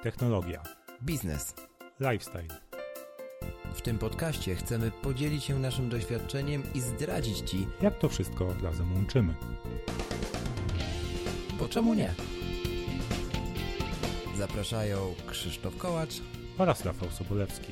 technologia, biznes, lifestyle. W tym podcaście chcemy podzielić się naszym doświadczeniem i zdradzić Ci, jak to wszystko razem łączymy. Bo czemu nie? Zapraszają Krzysztof Kołacz Oraz Rafał Sobolewski.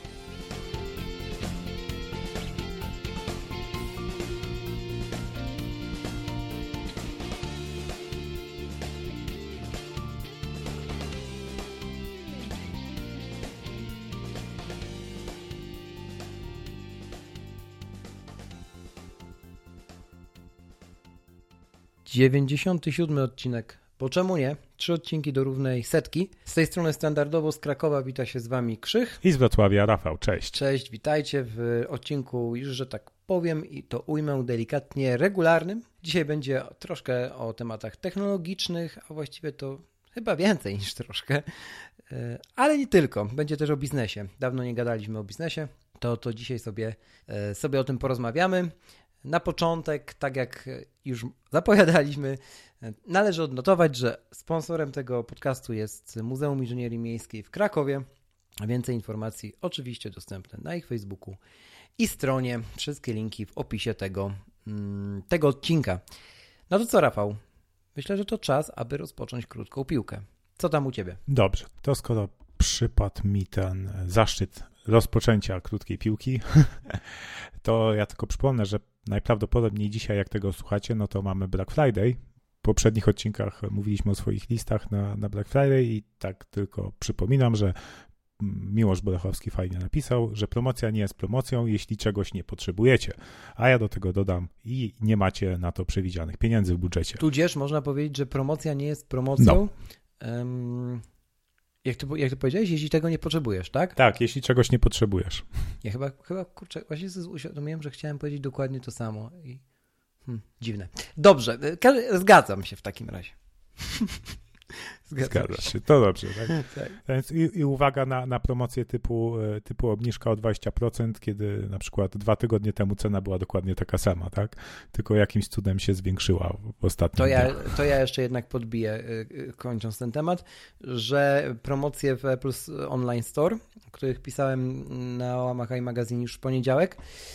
Dziewięćdziesiąty 97 odcinek. Bo czemu nie? 3 odcinki do równej setki. Z tej strony standardowo z Krakowa wita się z Wami Krzych. I z Wrocławia Rafał, cześć. Cześć, witajcie w odcinku, już że tak powiem i to ujmę delikatnie, regularnym. Dzisiaj będzie troszkę o tematach technologicznych, a właściwie to chyba więcej niż troszkę, ale nie tylko. Będzie też o biznesie. Dawno nie gadaliśmy o biznesie, to dzisiaj sobie o tym porozmawiamy. Na początek, tak jak już zapowiadaliśmy, należy odnotować, że sponsorem tego podcastu jest Muzeum Inżynierii Miejskiej w Krakowie. Więcej informacji oczywiście dostępne na ich Facebooku i stronie. Wszystkie linki w opisie tego odcinka. No to co, Rafał? Myślę, że to czas, aby rozpocząć krótką piłkę. Co tam u Ciebie? Dobrze, to skoro przypadł mi ten zaszczyt rozpoczęcia krótkiej piłki, to ja tylko przypomnę, że najprawdopodobniej dzisiaj, jak tego słuchacie, no to mamy Black Friday. W poprzednich odcinkach mówiliśmy o swoich listach na Black Friday i tak tylko przypominam, że Miłosz Bolechowski fajnie napisał, że promocja nie jest promocją, jeśli czegoś nie potrzebujecie. A ja do tego dodam i nie macie na to przewidzianych pieniędzy w budżecie. Tudzież można powiedzieć, że promocja nie jest promocją. Jak ty powiedziałeś, jeśli tego nie potrzebujesz, tak? Tak, jeśli czegoś nie potrzebujesz. Ja chyba kurczę, właśnie sobie uświadomiłem, że chciałem powiedzieć dokładnie to samo. Dziwne. Dobrze, zgadzam się w takim razie. Zgadza się, to dobrze. Tak? Tak. Więc i uwaga na promocję typu obniżka o 20%, kiedy na przykład 2 tygodnie temu cena była dokładnie taka sama, tak? Tylko jakimś cudem się zwiększyła w ostatnim dniach. To ja jeszcze jednak podbiję, kończąc ten temat, że promocje w Apple Online Store, o których pisałem na łamach iMagazine już w poniedziałek,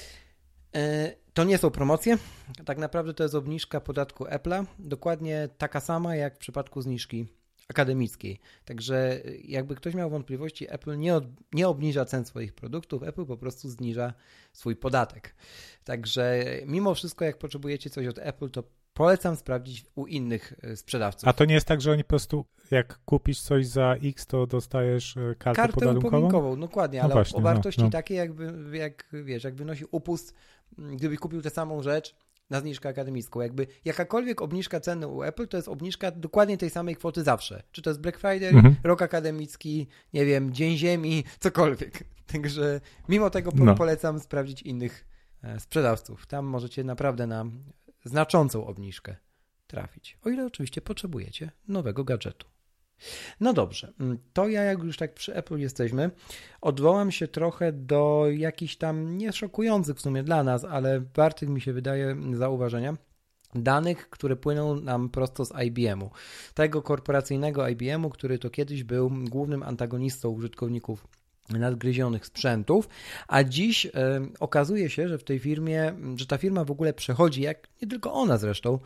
to nie są promocje, tak naprawdę to jest obniżka podatku Apple'a, dokładnie taka sama jak w przypadku zniżki akademickiej. Także jakby ktoś miał wątpliwości, Apple nie obniża cen swoich produktów, Apple po prostu zniża swój podatek. Także mimo wszystko, jak potrzebujecie coś od Apple, to polecam sprawdzić u innych sprzedawców. A to nie jest tak, że oni po prostu jak kupisz coś za X, to dostajesz kartę podarunkową? Dokładnie, No ale właśnie, o wartości no. takiej, jak wynosi upust, gdybyś kupił tę samą rzecz na zniżkę akademicką. Jakby jakakolwiek obniżka ceny u Apple, to jest obniżka dokładnie tej samej kwoty zawsze. Czy to jest Black Friday, rok akademicki, nie wiem, Dzień Ziemi, cokolwiek. Także mimo tego polecam sprawdzić innych sprzedawców. Tam możecie naprawdę na znaczącą obniżkę trafić. O ile oczywiście potrzebujecie nowego gadżetu. No dobrze, to ja jak już tak przy Apple jesteśmy, odwołam się trochę do jakichś tam nie szokujących w sumie dla nas, ale wartych mi się wydaje zauważenia, danych, które płyną nam prosto z IBM-u. Tego korporacyjnego IBM-u, który to kiedyś był głównym antagonistą użytkowników nadgryzionych sprzętów, a dziś okazuje się, że w tej firmie, że ta firma w ogóle przechodzi, jak nie tylko ona zresztą,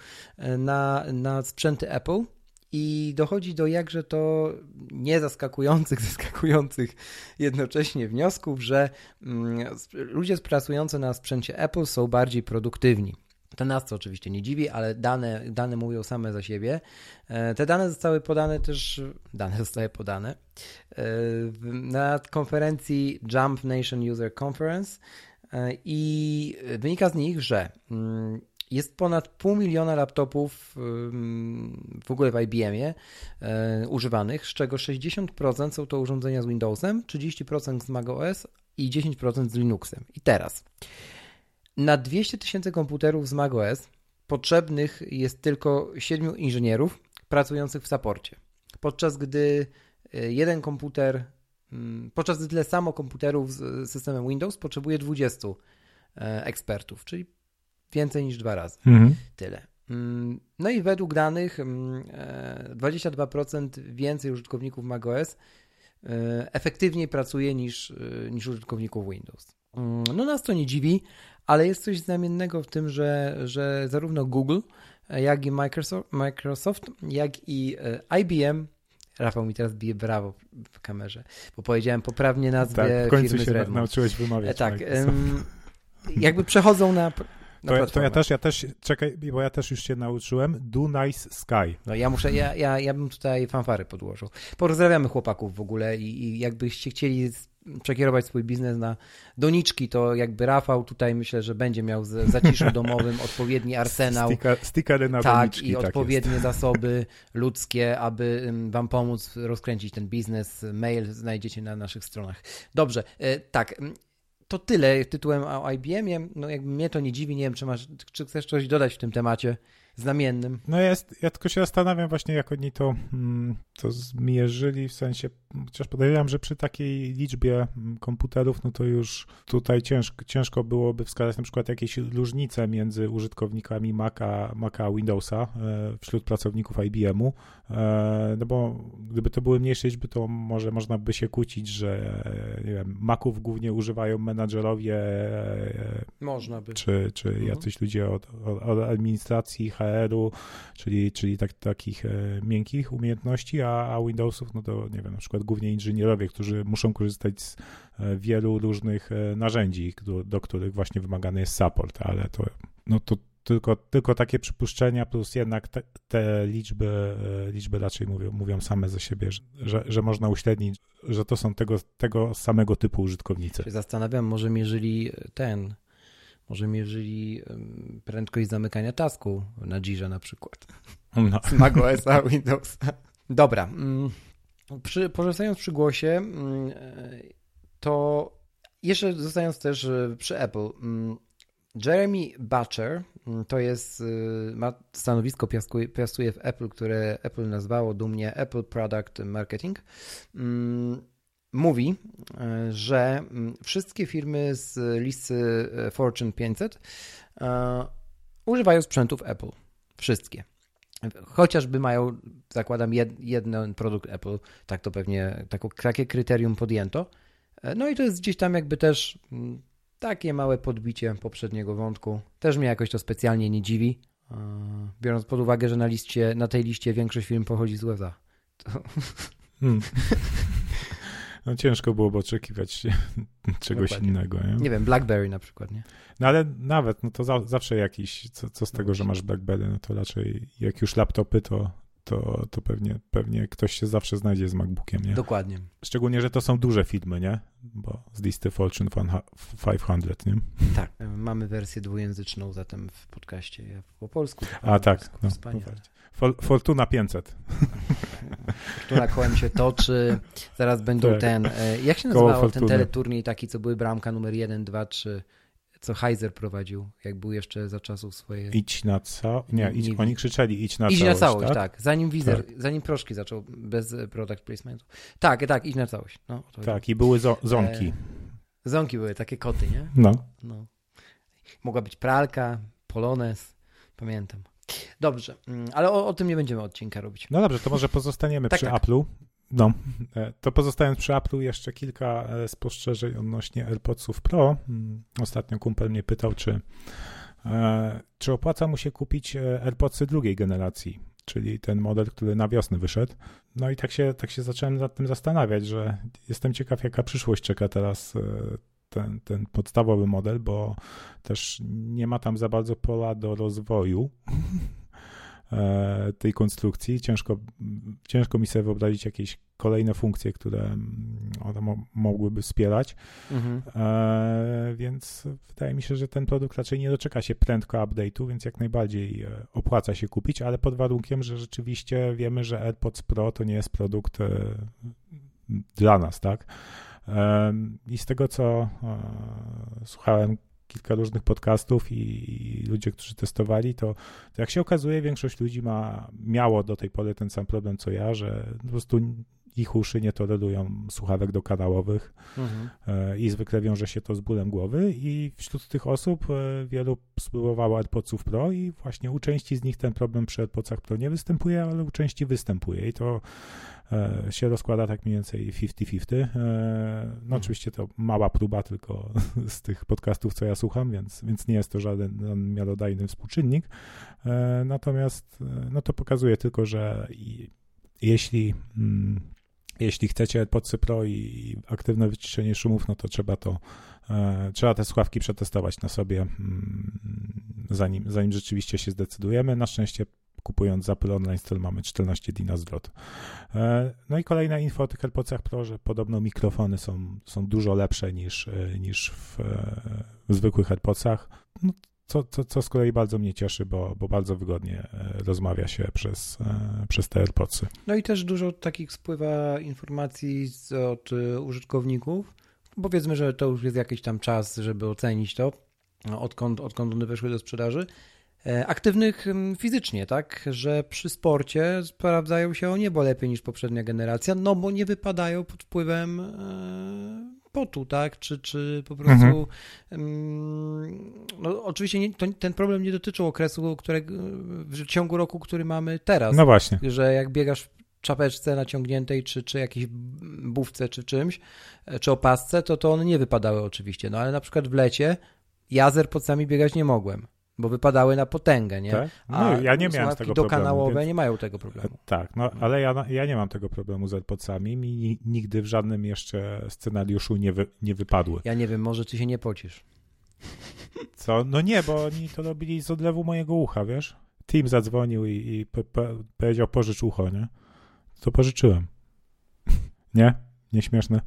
na sprzęty Apple. I dochodzi do jakże to zaskakujących jednocześnie wniosków, że ludzie pracujący na sprzęcie Apple są bardziej produktywni. To nas to oczywiście nie dziwi, ale dane mówią same za siebie. Te dane zostały podane na konferencji Jump Nation User Conference i wynika z nich, że jest ponad 500 000 laptopów w ogóle w IBM-ie używanych, z czego 60% są to urządzenia z Windowsem, 30% z macOS i 10% z Linuxem. I teraz na 200 000 komputerów z macOS potrzebnych jest tylko 7 inżynierów pracujących w supporcie, podczas gdy tyle samo komputerów z systemem Windows potrzebuje 20 ekspertów, czyli więcej niż 2 razy. Tyle. No i według danych 22% więcej użytkowników macOS efektywniej pracuje niż użytkowników Windows. No nas to nie dziwi, ale jest coś znamiennego w tym, że zarówno Google, jak i Microsoft, jak i IBM, Rafał mi teraz bije brawo w kamerze, bo powiedziałem poprawnie nazwę w końcu firmy z się Redmond. nauczyłeś wymawiać. Tak, jakby przechodzą na to ja też, czekaj, bo ja też już się nauczyłem. Do nice sky. No ja bym tutaj fanfary podłożył. Pozdrawiamy chłopaków w ogóle i jakbyście chcieli przekierować swój biznes na doniczki, to jakby Rafał tutaj myślę, że będzie miał w zaciszu domowym odpowiedni arsenał. Stickery na tak, doniczki. I odpowiednie zasoby ludzkie, aby wam pomóc rozkręcić ten biznes. Mail znajdziecie na naszych stronach. Dobrze, tak. To tyle tytułem o IBM-ie. No jakby mnie to nie dziwi, nie wiem, czy chcesz coś dodać w tym temacie znamiennym. No ja tylko się zastanawiam właśnie, jak oni to zmierzyli, w sensie, chociaż podejrzewam, że przy takiej liczbie komputerów, no to już tutaj ciężko byłoby wskazać na przykład jakieś różnice między użytkownikami Maca a Windowsa wśród pracowników IBM-u, no bo gdyby to były mniejsze liczby, to może można by się kłócić, że nie wiem, Maców głównie używają menadżerowie, można by. czy jacyś ludzie od administracji, HR-u, czyli takich miękkich umiejętności, a Windowsów, no to nie wiem, na przykład głównie inżynierowie, którzy muszą korzystać z wielu różnych narzędzi, do których właśnie wymagany jest support, ale to tylko takie przypuszczenia, plus jednak te liczby raczej mówią same za siebie, że można uśrednić, że to są tego samego typu użytkownicy. Zastanawiam, może mierzyli prędkość zamykania tasku na Jirze na przykład. No. Z macOSa, Windowsa. Dobra. Pozostając przy głosie, to jeszcze zostając też przy Apple, Jeremy Butcher, to jest, ma stanowisko, piastuje w Apple, które Apple nazwało dumnie Apple Product Marketing, mówi, że wszystkie firmy z listy Fortune 500 używają sprzętów Apple. Wszystkie. Chociażby mają, zakładam, jeden produkt Apple, tak to pewnie, takie kryterium podjęto. No i to jest gdzieś tam jakby też takie małe podbicie poprzedniego wątku. Też mnie jakoś to specjalnie nie dziwi, biorąc pod uwagę, że na tej liście większość firm pochodzi z USA. No ciężko byłoby oczekiwać czegoś innego. Nie wiem, BlackBerry na przykład, nie? No ale nawet, no to zawsze jakiś, co z tego, że masz BlackBerry, no to raczej jak już laptopy, to pewnie ktoś się zawsze znajdzie z MacBookiem, nie? Dokładnie. Szczególnie, że to są duże firmy, nie? Bo z listy Fortune 500, nie? Tak, mamy wersję dwujęzyczną zatem w podcaście, ja po polsku. Tak. No, Fortuna 500. Fortuna kołem się toczy, zaraz będą jak się nazywał ten teleturniej taki, co były bramka numer 1, 2, 3, co Heiser prowadził, jak był jeszcze za czasów swojej... Idź na całość. Oni krzyczeli idź na całość. Idź na całość, tak. Zanim Proszki zaczął bez product placementu. Tak, idź na całość. No, tak, i były zonki. Zonki były, takie koty, nie? No. Mogła być pralka, Polones, pamiętam. Dobrze, ale o tym nie będziemy odcinka robić. No dobrze, to może pozostaniemy przy Apple'u. No, to pozostając przy Apple'u, jeszcze kilka spostrzeżeń odnośnie AirPodsów Pro. Ostatnio kumpel mnie pytał, czy opłaca mu się kupić AirPodsy drugiej generacji, czyli ten model, który na wiosnę wyszedł. No i tak się zacząłem nad tym zastanawiać, że jestem ciekaw, jaka przyszłość czeka teraz ten podstawowy model, bo też nie ma tam za bardzo pola do rozwoju tej konstrukcji. Ciężko mi sobie wyobrazić jakieś kolejne funkcje, które one mogłyby wspierać. Więc wydaje mi się, że ten produkt raczej nie doczeka się prędko update'u, więc jak najbardziej opłaca się kupić, ale pod warunkiem, że rzeczywiście wiemy, że AirPods Pro to nie jest produkt dla nas, tak? I z tego, co słuchałem kilka różnych podcastów i ludzie, którzy testowali, to jak się okazuje, większość ludzi miało do tej pory ten sam problem, co ja, że po prostu ich uszy nie tolerują słuchawek dokanałowych i zwykle wiąże się to z bólem głowy i wśród tych osób wielu spróbowało AirPodsów Pro i właśnie u części z nich ten problem przy AirPodsach Pro nie występuje, ale u części występuje i to się rozkłada tak mniej więcej 50-50. No oczywiście to mała próba tylko z tych podcastów, co ja słucham, więc nie jest to żaden miarodajny współczynnik. Natomiast no to pokazuje tylko, że jeśli chcecie AirPodsy Pro i aktywne wyciszenie szumów, no to trzeba te słuchawki przetestować na sobie, zanim rzeczywiście się zdecydujemy. Na szczęście kupując z Apple Online Store mamy 14 dni na zwrot. No i kolejna info o tych AirPodsach Pro, że podobno mikrofony są dużo lepsze niż w zwykłych AirPodsach. No, co z kolei bardzo mnie cieszy, bo bardzo wygodnie rozmawia się przez te AirPodsy. No i też dużo takich spływa informacji od użytkowników. Powiedzmy, że to już jest jakiś tam czas, żeby ocenić to, odkąd one weszły do sprzedaży. Aktywnych fizycznie, tak, że przy sporcie sprawdzają się o niebo lepiej niż poprzednia generacja, no bo nie wypadają pod wpływem potu, tak, czy po prostu no oczywiście ten problem nie dotyczył okresu, w ciągu roku, który mamy teraz. No właśnie. Że jak biegasz w czapeczce naciągniętej, czy jakiejś bufce, czy czymś, czy opasce, to one nie wypadały oczywiście, no ale na przykład w lecie ja z AirPodsami biegać nie mogłem, bo wypadały na potęgę, nie? Tak? No, ja nie miałem tego problemu. Dokanałowe więc... nie mają tego problemu. Tak, no ale ja nie mam tego problemu z AirPodsami. Mi nigdy w żadnym jeszcze scenariuszu nie wypadły. Ja nie wiem, może ty się nie pocisz. Co? No nie, bo oni to robili z odlewu mojego ucha, wiesz? Tim zadzwonił i powiedział pożycz ucho, nie? To pożyczyłem. Nie? Nieśmieszne?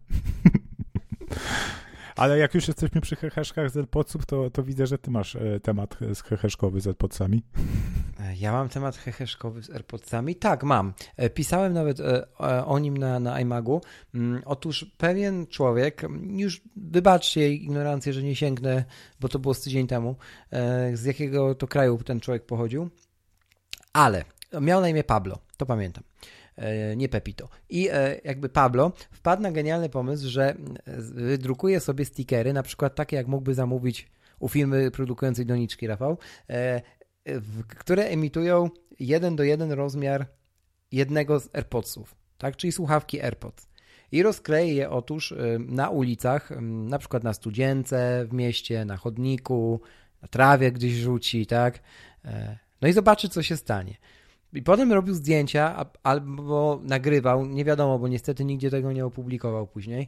Ale jak już jesteśmy przy heheszkach z AirPodsów, to widzę, że ty masz temat heheszkowy z AirPodsami. Ja mam temat heheszkowy z AirPodsami? Tak, mam. Pisałem nawet o nim na iMagu. Otóż pewien człowiek, już wybaczcie ignorancję, że nie sięgnę, bo to było z tydzień temu, z jakiego to kraju ten człowiek pochodził, ale miał na imię Pablo, to pamiętam. Nie Pepito. I jakby Pablo wpadł na genialny pomysł, że drukuje sobie stickery, na przykład takie, jak mógłby zamówić u firmy produkującej doniczki, Rafał, które emitują 1:1 rozmiar jednego z AirPodsów, tak? Czyli słuchawki AirPods. I rozkleje je otóż na ulicach, na przykład na studzience w mieście, na chodniku, na trawie gdzieś rzuci, tak? No i zobaczy, co się stanie. I potem robił zdjęcia albo nagrywał, nie wiadomo, bo niestety nigdzie tego nie opublikował później.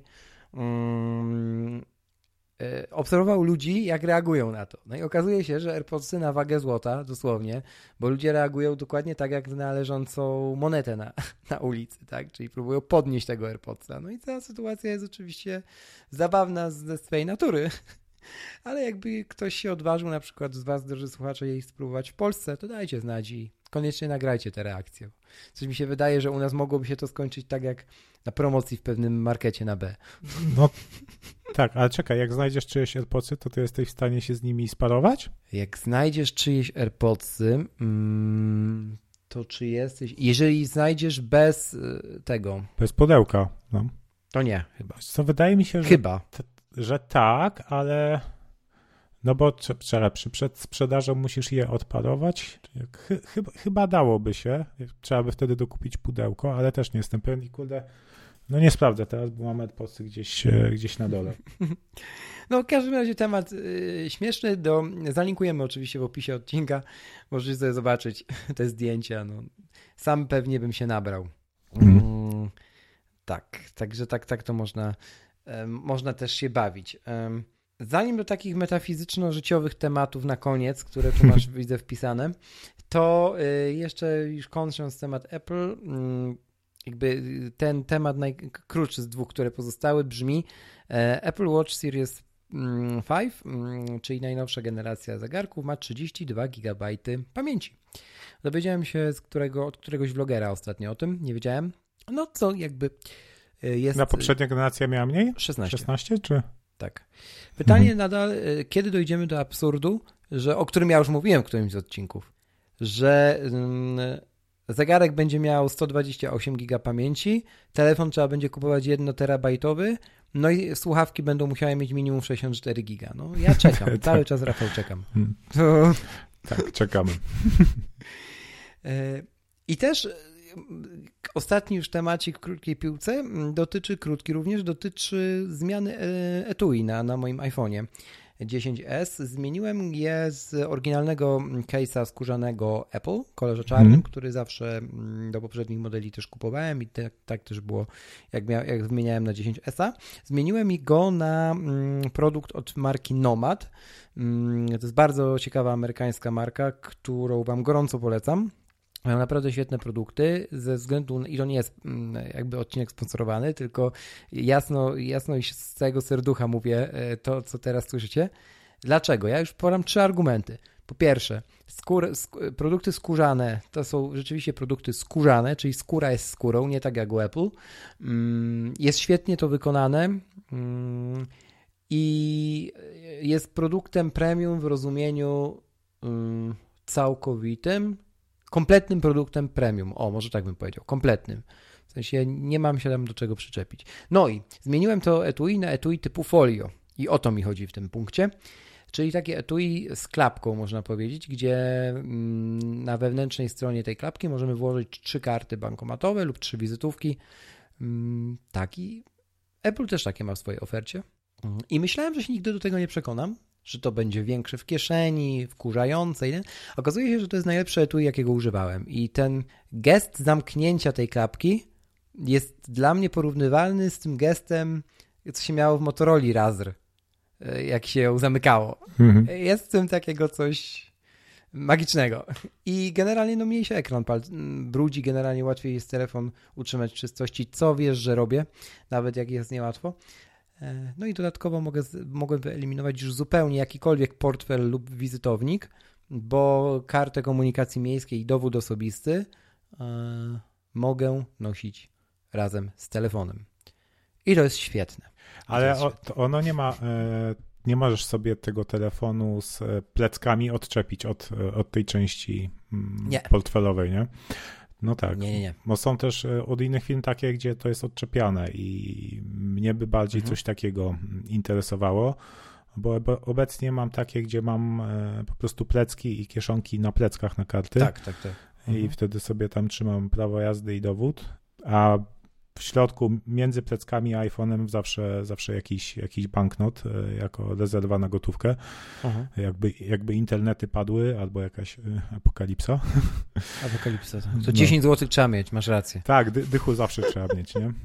Obserwował ludzi, jak reagują na to. No i okazuje się, że AirPodsy na wagę złota, dosłownie, bo ludzie reagują dokładnie tak, jak na leżącą monetę na ulicy, tak? Czyli próbują podnieść tego AirPodsa. No i cała sytuacja jest oczywiście zabawna ze swej natury. Ale jakby ktoś się odważył, na przykład z was, drodzy słuchacze, jej spróbować w Polsce, to dajcie znać i koniecznie nagrajcie tę reakcję. Coś mi się wydaje, że u nas mogłoby się to skończyć tak jak na promocji w pewnym markecie na B. No tak, ale czekaj, jak znajdziesz czyjeś AirPodsy, to ty jesteś w stanie się z nimi sparować? Jak znajdziesz czyjeś AirPodsy, to czy jesteś... Jeżeli znajdziesz bez tego... Bez pudełka, no. To nie, chyba. Co wydaje mi się, że... Chyba. Że tak, ale no bo przed sprzedażą musisz je odparować. Chyba dałoby się. Trzeba by wtedy dokupić pudełko, ale też nie jestem pewien i kurde, no nie sprawdzę teraz, bo mam AirPodsy gdzieś na dole. No w każdym razie temat śmieszny, zalinkujemy oczywiście w opisie odcinka, możecie sobie zobaczyć te zdjęcia, no. Sam pewnie bym się nabrał. Tak, także tak to można też się bawić. Zanim do takich metafizyczno-życiowych tematów na koniec, które tu masz, widzę, wpisane, to jeszcze już kończąc temat Apple, jakby ten temat najkrótszy z dwóch, które pozostały, brzmi Apple Watch Series 5, czyli najnowsza generacja zegarków, ma 32 GB pamięci. Dowiedziałem się od któregoś vlogera ostatnio o tym, nie wiedziałem. No co jakby jest... Na poprzednia generacja miała mniej? 16 czy? Tak. Pytanie nadal, kiedy dojdziemy do absurdu, o którym ja już mówiłem w którymś z odcinków, że zegarek będzie miał 128 giga pamięci, telefon trzeba będzie kupować 1 terabajtowy, no i słuchawki będą musiały mieć minimum 64 giga. No ja czekam, cały czas, Rafał, czekam. Tak, czekamy. I też ostatni już temacik w krótkiej piłce dotyczy zmiany etui na moim iPhone'ie 10s. Zmieniłem je z oryginalnego case'a skórzanego Apple, w kolorze czarnym, który zawsze do poprzednich modeli też kupowałem i tak też było, jak wymieniałem na 10s. Zmieniłem go na produkt od marki Nomad. To jest bardzo ciekawa amerykańska marka, którą wam gorąco polecam. Mają naprawdę świetne produkty, ze względu na, i to nie jest jakby odcinek sponsorowany, tylko jasno i z całego serducha mówię to, co teraz słyszycie. Dlaczego? Ja już podam 3 argumenty. Po pierwsze, produkty skórzane to są rzeczywiście produkty skórzane, czyli skóra jest skórą, nie tak jak u Apple. Jest świetnie to wykonane i jest produktem premium w rozumieniu całkowitym, kompletnym produktem premium. O, może tak bym powiedział. Kompletnym. W sensie nie mam się tam do czego przyczepić. No i zmieniłem to etui na etui typu folio. I o to mi chodzi w tym punkcie. Czyli takie etui z klapką, można powiedzieć, gdzie na wewnętrznej stronie tej klapki możemy włożyć 3 karty bankomatowe lub 3 wizytówki. I Apple też takie ma w swojej ofercie. I myślałem, że się nigdy do tego nie przekonam, że to będzie większe w kieszeni, wkurzające. Okazuje się, że to jest najlepsze etui, jakiego używałem. I ten gest zamknięcia tej klapki jest dla mnie porównywalny z tym gestem, co się miało w Motorola Razr, jak się ją zamykało. Jest w tym takiego coś magicznego. I generalnie mniej się ekran brudzi, generalnie łatwiej jest telefon utrzymać w czystości, co wiesz, że robię, nawet jak jest niełatwo. No i dodatkowo mogłem wyeliminować już zupełnie jakikolwiek portfel lub wizytownik, bo kartę komunikacji miejskiej i dowód osobisty mogę nosić razem z telefonem. I to jest świetne. Ale ono nie ma, nie możesz sobie tego telefonu z pleckami odczepić od tej części portfelowej, nie? No tak, nie. Bo są też od innych firm takie, gdzie to jest odczepiane i mnie by bardziej coś takiego interesowało, bo obecnie mam takie, gdzie mam po prostu plecki i kieszonki na pleckach na karty. Tak. I wtedy sobie tam trzymam prawo jazdy i dowód, a w środku między pleckami a iPhone'em zawsze jakiś banknot jako rezerwa na gotówkę. Jakby internety padły albo jakaś apokalipsa. Apokalipsa. To 10 zł trzeba mieć, masz rację. Tak, dychu zawsze trzeba mieć, nie?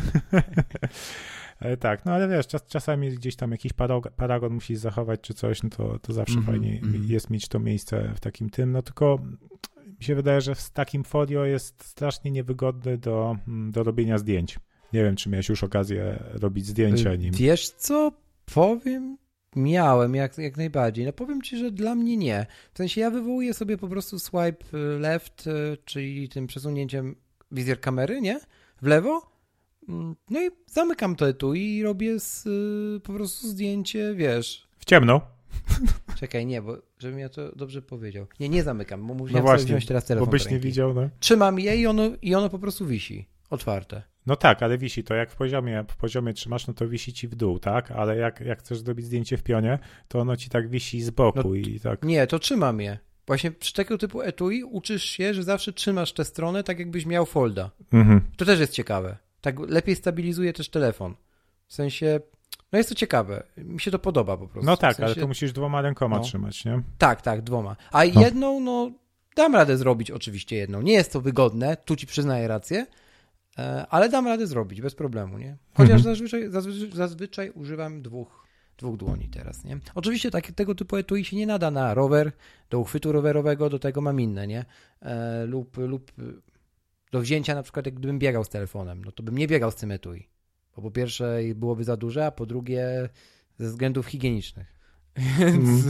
Tak, no ale wiesz, czasami gdzieś tam jakiś paragon musisz zachować czy coś, no to zawsze fajnie jest mieć to miejsce w takim tym, no tylko mi się wydaje, że z takim folio jest strasznie niewygodny do robienia zdjęć. Nie wiem, czy miałeś już okazję robić zdjęcia nim. Wiesz co, powiem, miałem jak najbardziej. No powiem ci, że dla mnie nie. W sensie ja wywołuję sobie po prostu swipe left, czyli tym przesunięciem wizjer kamery, nie? W lewo. No i zamykam to etui i robię po prostu zdjęcie, wiesz. W ciemno. Czekaj, nie, bo żebym ja to dobrze powiedział. Nie zamykam, bo musiałem sobie wziąć teraz telefon. Bo byś nie widział, no. Trzymam je i ono po prostu wisi, otwarte. No tak, ale wisi to jak w poziomie trzymasz, no to wisi ci w dół, tak? Ale jak chcesz zrobić zdjęcie w pionie, to ono ci tak wisi z boku i tak. Nie, to trzymam je. Właśnie przy tego typu etui uczysz się, że zawsze trzymasz tę stronę tak jakbyś miał folda. To też jest ciekawe. Tak lepiej stabilizuje też telefon. W sensie, no jest to ciekawe. Mi się to podoba po prostu. No tak, w sensie, ale to musisz 2 rękoma trzymać, nie? Tak, 2. A jedną, dam radę zrobić oczywiście jedną. Nie jest to wygodne, tu ci przyznaję rację, ale dam radę zrobić bez problemu, nie? Chociaż zazwyczaj używam dwóch dłoni teraz, nie? Oczywiście tego typu etui się nie nada na rower, do uchwytu rowerowego, do tego mam inne, nie? Lub do wzięcia na przykład, jak gdybym biegał z telefonem, no to bym nie biegał z tym etui. Bo po pierwsze byłoby za duże, a po drugie ze względów higienicznych. Więc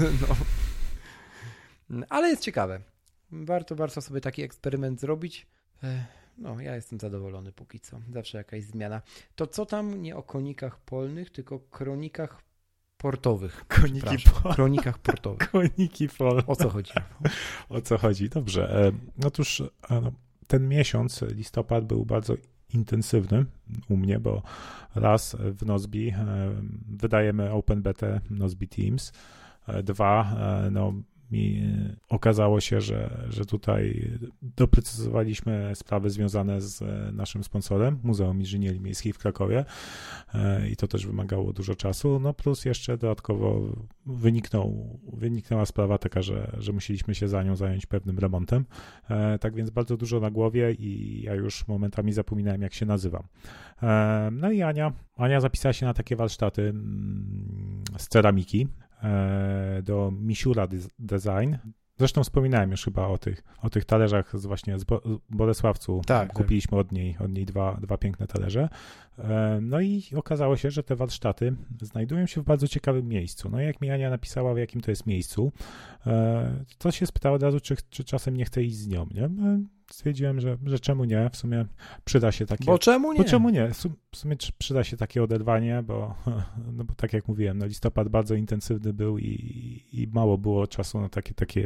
ale jest ciekawe. Warto sobie taki eksperyment zrobić. No, ja jestem zadowolony póki co. Zawsze jakaś zmiana. To co tam nie o konikach polnych, tylko kronikach portowych. Kronikach portowych. Koniki polne. O co chodzi? O co chodzi? Dobrze. Otóż ten miesiąc, listopad, był bardzo intensywny u mnie, bo raz w Nozbi wydajemy Open Beta Nozbi Teams, 2, okazało się, że tutaj doprecyzowaliśmy sprawy związane z naszym sponsorem, Muzeum Inżynierii Miejskiej w Krakowie, i to też wymagało dużo czasu, no plus jeszcze dodatkowo wyniknęła sprawa taka, że musieliśmy się za nią zająć pewnym remontem, tak więc bardzo dużo na głowie i ja już momentami zapominałem, jak się nazywam. No i Ania zapisała się na takie warsztaty z ceramiki do Misiura Design. Zresztą wspominałem już chyba o tych talerzach z Bolesławcu. Tak, kupiliśmy od niej dwa piękne talerze. No i okazało się, że te warsztaty znajdują się w bardzo ciekawym miejscu. No i jak mi Ania napisała, w jakim to jest miejscu, to się spytała od razu, czy czasem nie chce iść z nią, nie? Stwierdziłem, że czemu nie, w sumie przyda się takie... Bo czemu nie? Bo czemu nie? W sumie przyda się takie oderwanie, bo tak jak mówiłem, listopad bardzo intensywny był i mało było czasu na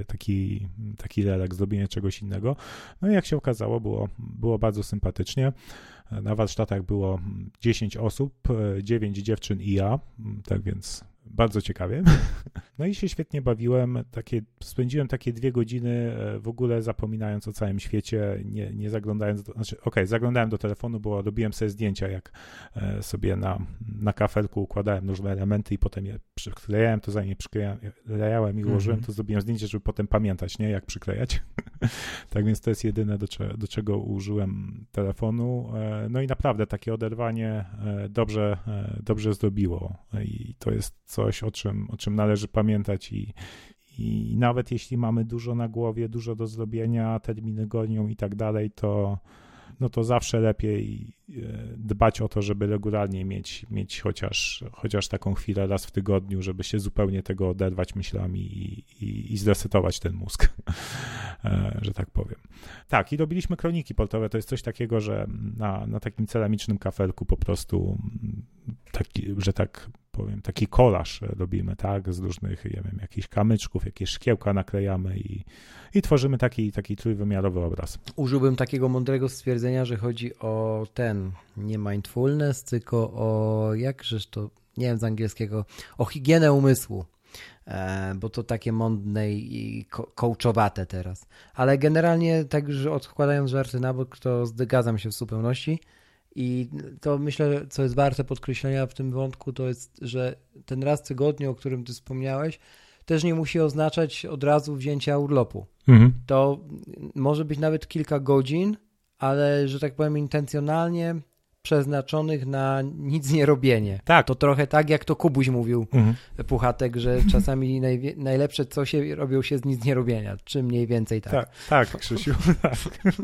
taki relaks, zrobienie czegoś innego. No i jak się okazało, było bardzo sympatycznie. Na warsztatach było 10 osób, 9 dziewczyn i ja, tak więc bardzo ciekawie. No i się świetnie bawiłem. Spędziłem takie 2 godziny w ogóle zapominając o całym świecie, nie zaglądając, zaglądałem do telefonu, bo robiłem sobie zdjęcia, jak sobie na kafelku układałem różne elementy i potem je przyklejałem, to zanim je przyklejałem i ułożyłem, to zrobiłem zdjęcie, żeby potem pamiętać, nie, jak przyklejać. Tak więc to jest jedyne, do czego użyłem telefonu. No i naprawdę takie oderwanie dobrze zrobiło i to jest coś, o czym należy pamiętać i nawet jeśli mamy dużo na głowie, dużo do zrobienia, terminy gonią i tak dalej, to zawsze lepiej dbać o to, żeby regularnie mieć chociaż taką chwilę raz w tygodniu, żeby się zupełnie tego oderwać myślami i zresetować ten mózg, że tak powiem. Tak, i robiliśmy kroniki portowe, to jest coś takiego, że na takim ceramicznym kafelku po prostu taki kolaż robimy, tak, z różnych, nie wiem, jakichś kamyczków, jakieś szkiełka naklejamy i tworzymy taki trójwymiarowy obraz. Użyłbym takiego mądrego stwierdzenia, że chodzi o nie mindfulness, tylko o, jakżeż to, nie wiem z angielskiego, o higienę umysłu, bo to takie modne i coachowate teraz. Ale generalnie, tak, że odkładając żarty na bok, to zgadzam się w zupełności. I to myślę, co jest warte podkreślenia w tym wątku, to jest, że ten raz w tygodniu, o którym ty wspomniałeś, też nie musi oznaczać od razu wzięcia urlopu. Mhm. To może być nawet kilka godzin, ale, że tak powiem, intencjonalnie przeznaczonych na nic nie robienie. Tak. To trochę tak, jak to Kubuś mówił, Puchatek, że czasami najlepsze co się robią się z nic nie robienia. Czy mniej więcej tak. Tak, Krzysiu. Tak.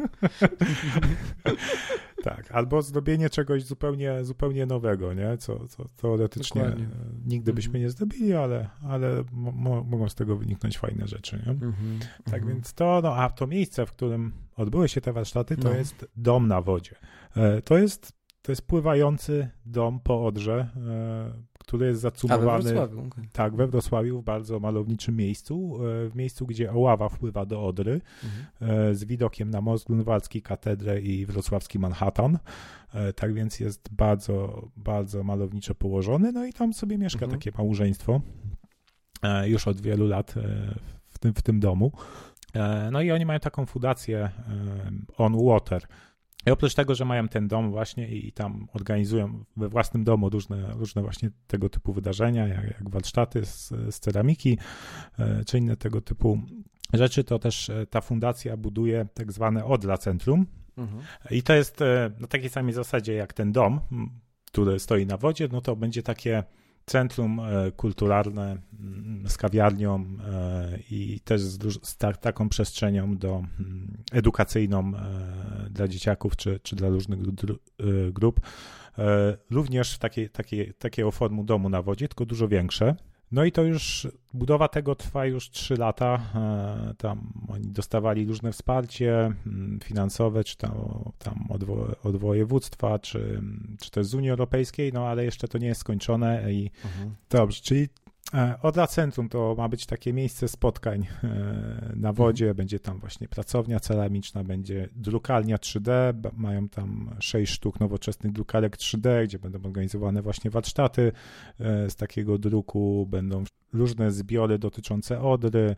Tak, albo zrobienie czegoś zupełnie nowego, nie? Co teoretycznie dokładnie. Nigdy byśmy nie zrobili, ale mogą z tego wyniknąć fajne rzeczy, nie? Tak więc a to miejsce, w którym odbyły się te warsztaty, to jest dom na wodzie. To jest pływający dom po Odrze, który jest zacumowany. A we Wrocławiu. Okay. Tak, we Wrocławiu, w bardzo malowniczym miejscu, w miejscu, gdzie Oława wpływa do Odry, z widokiem na most grunwaldzki, katedrę i wrocławski Manhattan. Tak więc jest bardzo, bardzo malowniczo położony. No i tam sobie mieszka takie małżeństwo już od wielu lat w tym domu. No i oni mają taką fundację On Water. I oprócz tego, że mają ten dom właśnie i tam organizują we własnym domu różne właśnie tego typu wydarzenia, jak warsztaty z ceramiki, czy inne tego typu rzeczy, to też ta fundacja buduje tak zwane Odra Centrum. I to jest na takiej samej zasadzie jak ten dom, który stoi na wodzie, no to będzie takie centrum kulturalne z kawiarnią i też z taką przestrzenią edukacyjną dla dzieciaków czy dla różnych grup. Również takiego formu domu na wodzie, tylko dużo większe. No i to już, budowa tego trwa już 3 lata. Tam oni dostawali różne wsparcie finansowe, czy tam od województwa, czy też z Unii Europejskiej, no ale jeszcze to nie jest skończone. I dobrze, czyli Odra Centrum to ma być takie miejsce spotkań na wodzie, będzie tam właśnie pracownia ceramiczna, będzie drukarnia 3D, mają tam 6 sztuk nowoczesnych drukarek 3D, gdzie będą organizowane właśnie warsztaty z takiego druku, będą różne zbiory dotyczące Odry,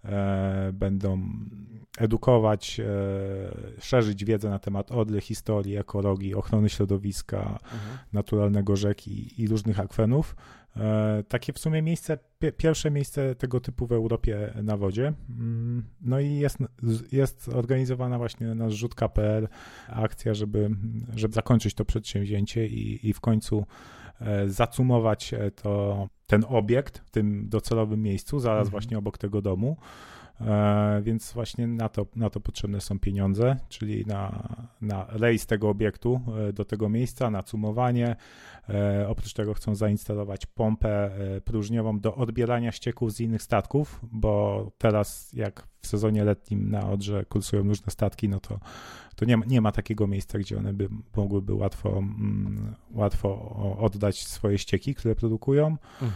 będą edukować, szerzyć wiedzę na temat Odry, historii, ekologii, ochrony środowiska, naturalnego rzek i różnych akwenów. Takie w sumie pierwsze miejsce tego typu w Europie na wodzie. No i jest organizowana właśnie na zrzutka.pl akcja, żeby zakończyć to przedsięwzięcie i w końcu zacumować ten obiekt w tym docelowym miejscu, zaraz właśnie obok tego domu. Więc właśnie na to potrzebne są pieniądze, czyli na rejs tego obiektu do tego miejsca, na cumowanie. Oprócz tego chcą zainstalować pompę próżniową do odbierania ścieków z innych statków, bo teraz jak w sezonie letnim na Odrze kursują różne statki, no to nie ma takiego miejsca, gdzie one mogłyby łatwo oddać swoje ścieki, które produkują.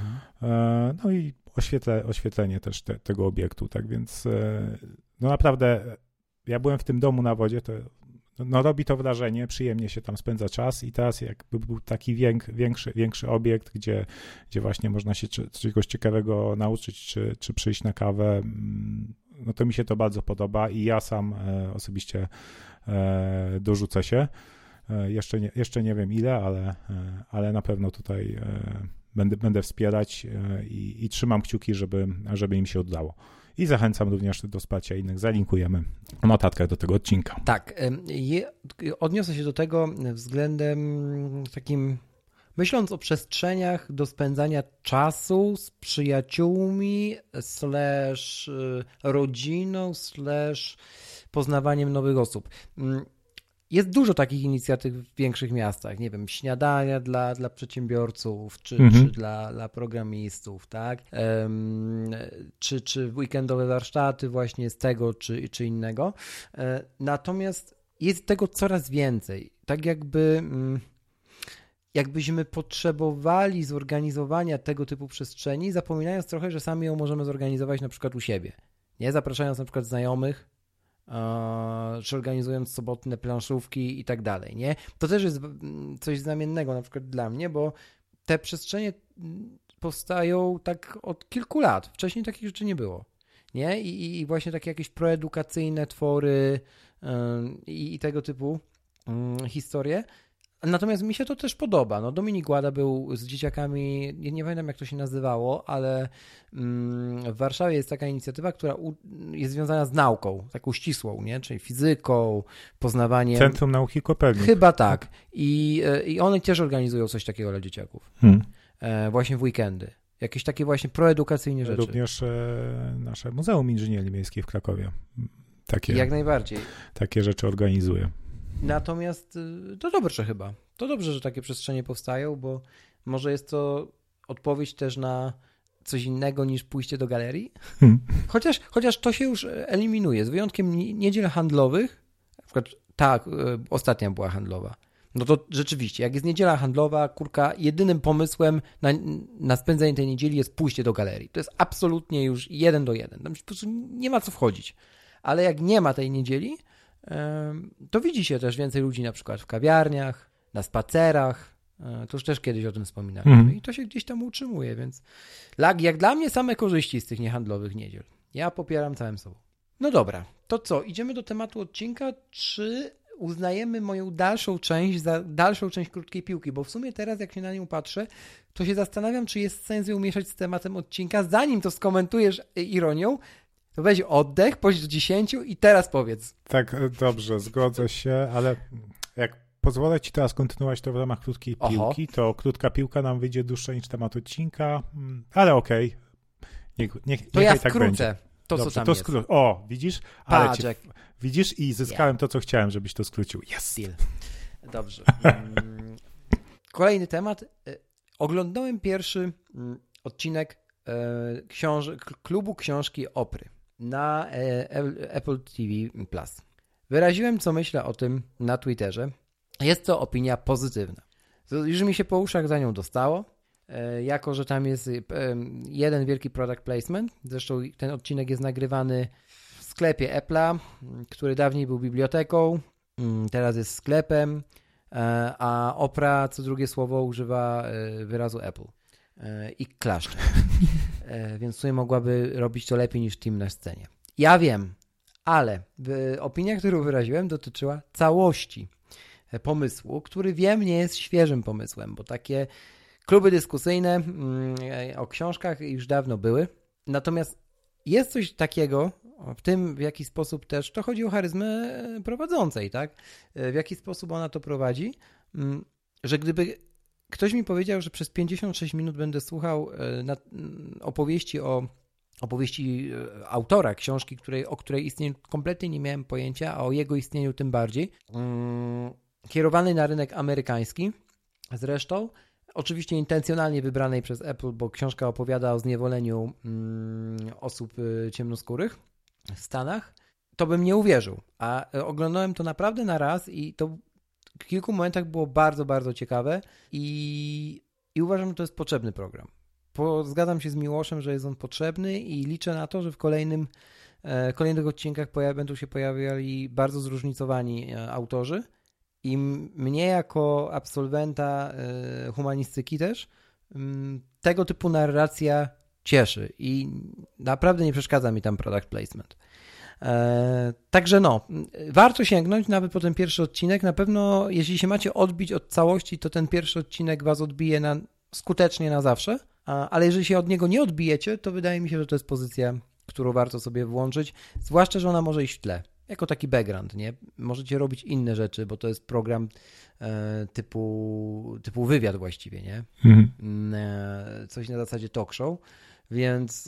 No i oświetlenie też tego obiektu, tak więc no naprawdę ja byłem w tym domu na wodzie, to no robi to wrażenie, przyjemnie się tam spędza czas i teraz jakby był taki większy obiekt, gdzie właśnie można się czegoś ciekawego nauczyć, czy przyjść na kawę, no to mi się to bardzo podoba i ja sam osobiście dorzucę się. Jeszcze nie wiem ile, ale na pewno tutaj będę wspierać i trzymam kciuki, żeby im się udało. I zachęcam również do wsparcia innych. Zalinkujemy w notatkach do tego odcinka. Tak. Odniosę się do tego względem takim, myśląc o przestrzeniach do spędzania czasu z przyjaciółmi, rodziną, poznawaniem nowych osób. Jest dużo takich inicjatyw w większych miastach, nie wiem, śniadania dla przedsiębiorców, czy dla programistów, tak? Czy weekendowe warsztaty właśnie z tego, czy innego. Natomiast jest tego coraz więcej. Tak jakbyśmy potrzebowali zorganizowania tego typu przestrzeni, zapominając trochę, że sami ją możemy zorganizować na przykład u siebie. Nie? Zapraszając na przykład znajomych, czy organizując sobotne planszówki i tak dalej, nie? To też jest coś znamiennego na przykład dla mnie, bo te przestrzenie powstają tak od kilku lat. Wcześniej takich rzeczy nie było, nie? I właśnie takie jakieś proedukacyjne twory i tego typu historie. Natomiast mi się to też podoba. No, Dominik Łada był z dzieciakami, nie pamiętam jak to się nazywało, ale w Warszawie jest taka inicjatywa, która jest związana z nauką, taką ścisłą, nie? Czyli fizyką, poznawaniem. Centrum Nauki Kopernik. Chyba tak. I one też organizują coś takiego dla dzieciaków. Właśnie w weekendy. Jakieś takie właśnie proedukacyjne rzeczy. Również nasze Muzeum Inżynierii Miejskiej w Krakowie. Jak najbardziej. Takie rzeczy organizuje. Natomiast to dobrze chyba. To dobrze, że takie przestrzenie powstają, bo może jest to odpowiedź też na coś innego niż pójście do galerii. Chociaż to się już eliminuje. Z wyjątkiem niedziel handlowych, na przykład ostatnia była handlowa. No to rzeczywiście, jak jest niedziela handlowa, jedynym pomysłem na spędzenie tej niedzieli jest pójście do galerii. To jest absolutnie już 1:1. Tam po prostu nie ma co wchodzić. Ale jak nie ma tej niedzieli, to widzi się też więcej ludzi na przykład w kawiarniach, na spacerach. To już też kiedyś o tym wspominaliśmy. I to się gdzieś tam utrzymuje, więc jak dla mnie same korzyści z tych niehandlowych niedziel. Ja popieram całym sobą. No dobra, to co? Idziemy do tematu odcinka, czy uznajemy moją dalszą część za dalszą część krótkiej piłki? Bo w sumie teraz jak się na nią patrzę, to się zastanawiam, czy jest sens ją mieszać z tematem odcinka. Zanim to skomentujesz ironią, to weź oddech, policz do 10 i teraz powiedz. Tak, dobrze, zgodzę się, ale jak pozwolę ci teraz kontynuować to w ramach krótkiej piłki, to krótka piłka nam wyjdzie dłuższa niż temat odcinka, ale okej. Niech to ja tak skrócę będzie. to, Dobrze, co tam to jest. O, widzisz? Widzisz i zyskałem to, co chciałem, żebyś to skrócił. Yes. Deal. Dobrze. Kolejny temat. Oglądałem pierwszy odcinek klubu książki Opry na Apple TV+. Wyraziłem, co myślę o tym na Twitterze. Jest to opinia pozytywna. Już mi się po uszach za nią dostało. jako że tam jest jeden wielki product placement. Zresztą ten odcinek jest nagrywany w sklepie Apple'a, który dawniej był biblioteką, teraz jest sklepem, a Oprah co drugie słowo używa wyrazu Apple i klaszcze. Więc w sumie mogłaby robić to lepiej niż Tim na scenie. Ja wiem, ale opinia, którą wyraziłem, dotyczyła całości pomysłu, który wiem nie jest świeżym pomysłem, bo takie kluby dyskusyjne o książkach już dawno były. Natomiast jest coś takiego w tym, w jaki sposób też, to chodzi o charyzmę prowadzącej, tak? W jaki sposób ona to prowadzi, że gdyby ktoś mi powiedział, że przez 56 minut będę słuchał opowieści autora książki, o której istnieniu kompletnie nie miałem pojęcia, a o jego istnieniu tym bardziej, kierowany na rynek amerykański zresztą, oczywiście intencjonalnie wybranej przez Apple, bo książka opowiada o zniewoleniu osób ciemnoskórych w Stanach, to bym nie uwierzył. A oglądałem to naprawdę na raz i to w kilku momentach było bardzo, bardzo ciekawe i uważam, że to jest potrzebny program. Zgadzam się z Miłoszem, że jest on potrzebny i liczę na to, że w kolejnych odcinkach będą się pojawiali bardzo zróżnicowani autorzy. I mnie jako absolwenta humanistyki też tego typu narracja cieszy i naprawdę nie przeszkadza mi tam product placement. Także warto sięgnąć nawet po ten pierwszy odcinek. Na pewno, jeśli się macie odbić od całości, to ten pierwszy odcinek was odbije skutecznie na zawsze, ale jeżeli się od niego nie odbijecie, to wydaje mi się, że to jest pozycja, którą warto sobie włączyć, zwłaszcza, że ona może iść w tle. Jako taki background, nie? Możecie robić inne rzeczy, bo to jest program typu wywiad właściwie, nie? Coś na zasadzie talk show, więc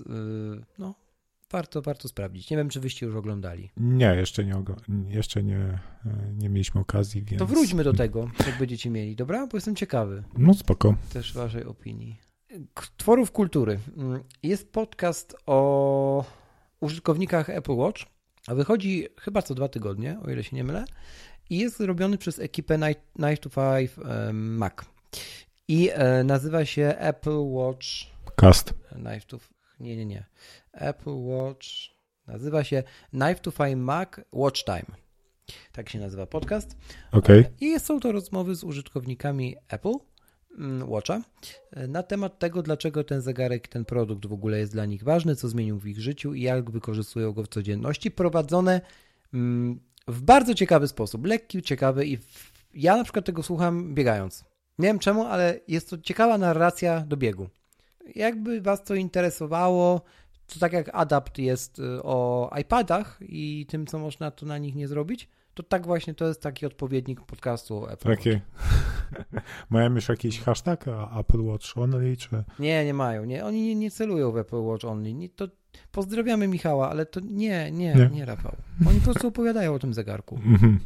warto sprawdzić. Nie wiem, czy wyście już oglądali. Nie, jeszcze nie mieliśmy okazji, więc... To wróćmy do tego, jak będziecie mieli, dobra? Bo jestem ciekawy. No spoko. Też waszej opinii. Tworów kultury. Jest podcast o użytkownikach Apple Watch. A wychodzi chyba co 2 tygodnie, o ile się nie mylę, i jest robiony przez ekipę 9 to 5 Mac. I nazywa się Apple Watch... Cast. Nie. Apple Watch... Nazywa się 9 to 5 Mac Watch Time. Tak się nazywa podcast. Okay. I są to rozmowy z użytkownikami Apple Watcha na temat tego, dlaczego ten zegarek, ten produkt w ogóle jest dla nich ważny, co zmienił w ich życiu i jak wykorzystują go w codzienności, prowadzone w bardzo ciekawy sposób, lekki, ciekawy i ja na przykład tego słucham biegając. Nie wiem czemu, ale jest to ciekawa narracja do biegu. Jakby was to interesowało, to tak jak Adapt jest o iPadach i tym, co można to na nich nie zrobić, to tak właśnie to jest taki odpowiednik podcastu Apple Watch. Mają już jakiś hashtag Apple Watch Only, czy... Nie mają. Nie. Oni nie celują w Apple Watch Only. To pozdrawiamy Michała, ale to nie Rafał. Oni po prostu opowiadają o tym zegarku.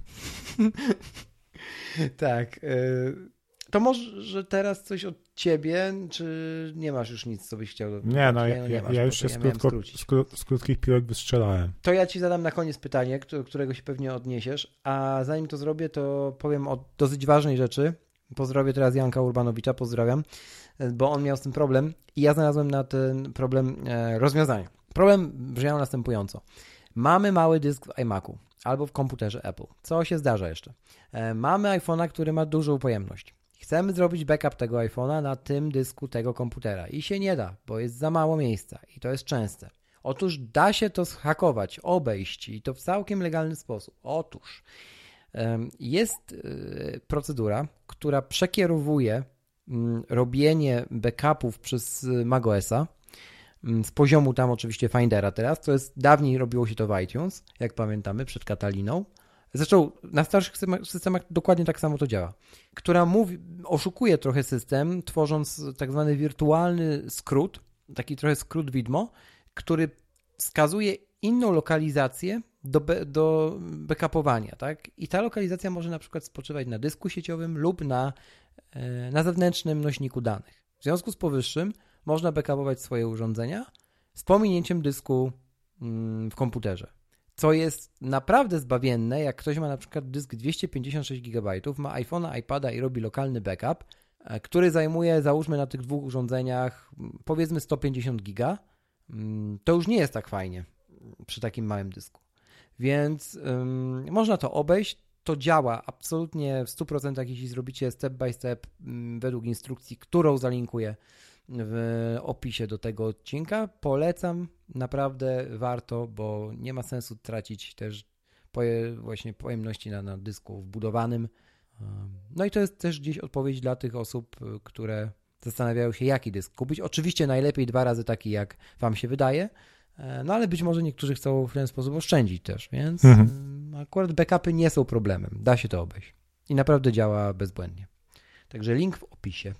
Tak. To może teraz coś od ciebie, czy nie masz już nic, co byś chciał? Nie, ja już się z krótkich piłek wystrzelałem. To ja ci zadam na koniec pytanie, którego się pewnie odniesiesz, a zanim to zrobię, to powiem o dosyć ważnej rzeczy. Pozdrowię teraz Janka Urbanowicza, pozdrawiam, bo on miał z tym problem i ja znalazłem na ten problem rozwiązanie. Problem brzmiał następująco. Mamy mały dysk w iMacu albo w komputerze Apple. Co się zdarza jeszcze? Mamy iPhone'a, który ma dużą pojemność. Chcemy zrobić backup tego iPhone'a na tym dysku tego komputera i się nie da, bo jest za mało miejsca i to jest częste. Otóż da się to zhakować, obejść i to w całkiem legalny sposób. Otóż jest procedura, która przekierowuje robienie backupów przez macOSa z poziomu tam oczywiście Findera teraz, to jest dawniej robiło się to w iTunes, jak pamiętamy, przed Kataliną. Zresztą na starszych systemach dokładnie tak samo to działa, która oszukuje trochę system, tworząc tak zwany wirtualny skrót, taki trochę skrót widmo, który wskazuje inną lokalizację do backupowania, tak? I ta lokalizacja może na przykład spoczywać na dysku sieciowym lub na zewnętrznym nośniku danych. W związku z powyższym można backupować swoje urządzenia z pominięciem dysku w komputerze. Co jest naprawdę zbawienne, jak ktoś ma na przykład dysk 256 GB, ma iPhone'a, iPada i robi lokalny backup, który zajmuje, załóżmy na tych 2 urządzeniach, powiedzmy 150 giga, to już nie jest tak fajnie przy takim małym dysku. Więc można to obejść. To działa absolutnie w 100%, jeśli zrobicie step by step według instrukcji, którą zalinkuję w opisie do tego odcinka. Polecam, naprawdę warto, bo nie ma sensu tracić też właśnie pojemności na dysku wbudowanym. No i to jest też gdzieś odpowiedź dla tych osób, które zastanawiają się, jaki dysk kupić. Oczywiście najlepiej 2 razy taki, jak wam się wydaje, no ale być może niektórzy chcą w ten sposób oszczędzić też, więc akurat backupy nie są problemem. Da się to obejść. I naprawdę działa bezbłędnie. Także link w opisie.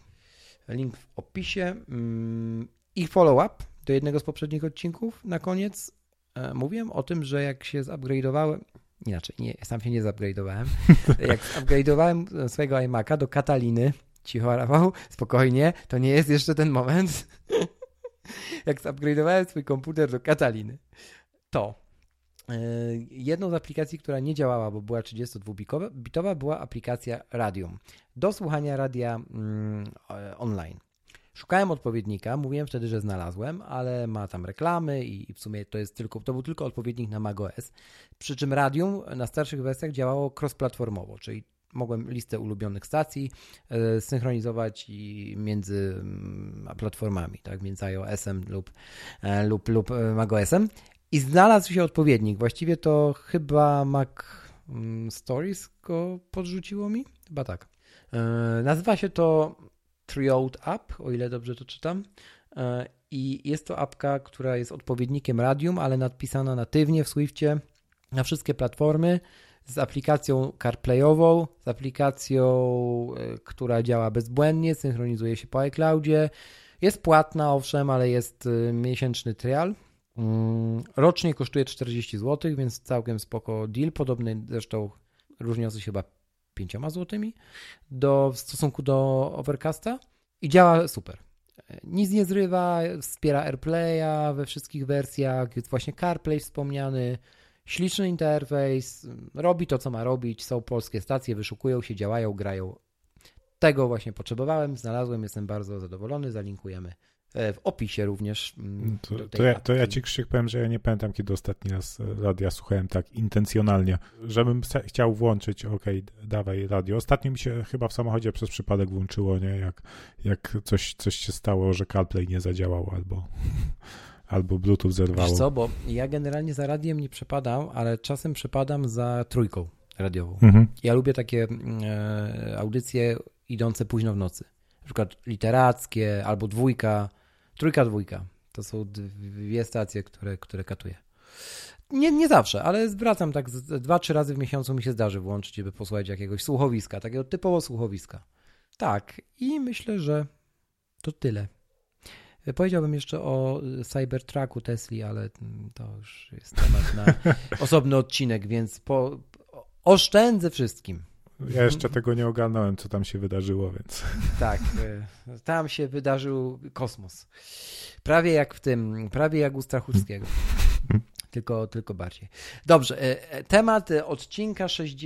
I follow-up do jednego z poprzednich odcinków. Na koniec mówiłem o tym, że jak się zupgrade'owałem, inaczej, nie, sam się nie zupgrade'owałem, jak zupgrade'owałem swojego iMac'a do Kataliny, cicho Rafał, spokojnie, to nie jest jeszcze ten moment, jak zupgrade'owałem swój komputer do Kataliny, to jedną z aplikacji, która nie działała, bo była 32-bitowa, była aplikacja Radium do słuchania radia online. Szukałem odpowiednika, mówiłem wtedy, że znalazłem, ale ma tam reklamy i w sumie to był tylko odpowiednik na macOS. Przy czym Radium na starszych wersjach działało cross-platformowo, czyli mogłem listę ulubionych stacji synchronizować i między platformami, tak, między iOS-em lub macOS-em. I znalazł się odpowiednik. Właściwie to chyba Mac Stories go podrzuciło mi? Chyba tak. Nazywa się to Triode App, o ile dobrze to czytam. I jest to apka, która jest odpowiednikiem Radium, ale napisana natywnie w Swiftie na wszystkie platformy, z aplikacją CarPlayową, z aplikacją, która działa bezbłędnie, synchronizuje się po iCloudzie. Jest płatna, owszem, ale jest miesięczny trial. Rocznie kosztuje 40 zł, więc całkiem spoko deal, podobny zresztą różniący się chyba 5 zł w stosunku do Overcasta i działa super. Nic nie zrywa, wspiera AirPlaya we wszystkich wersjach, jest właśnie CarPlay wspomniany, śliczny interfejs, robi to, co ma robić, są polskie stacje, wyszukują się, działają, grają. Tego właśnie potrzebowałem, znalazłem, jestem bardzo zadowolony, zalinkujemy w opisie również. To ja ci, Krzysiek, powiem, że ja nie pamiętam, kiedy ostatni raz radia słuchałem tak intencjonalnie, żebym chciał włączyć, dawaj radio. Ostatnio mi się chyba w samochodzie przez przypadek włączyło, nie? Jak coś się stało, że CarPlay nie zadziałał albo Bluetooth zerwało. Wiesz co, bo ja generalnie za radiem nie przepadam, ale czasem przepadam za trójką radiową. Ja lubię takie audycje idące późno w nocy. Na przykład literackie albo trójka. To są 2 stacje, które katuję. Nie zawsze, ale wracam tak 2-3 razy w miesiącu mi się zdarzy włączyć, żeby posłuchać jakiegoś słuchowiska, takiego typowo słuchowiska. Tak, i myślę, że to tyle. Powiedziałbym jeszcze o Cybertrucku Tesli, ale to już jest temat na osobny odcinek, więc oszczędzę wszystkim. Ja jeszcze tego nie ogarnąłem, co tam się wydarzyło, więc... Tak, tam się wydarzył kosmos. Prawie jak u Strachulskiego. Tylko bardziej. Dobrze, temat odcinka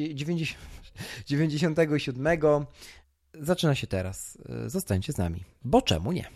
97 zaczyna się teraz. Zostańcie z nami, bo czemu nie?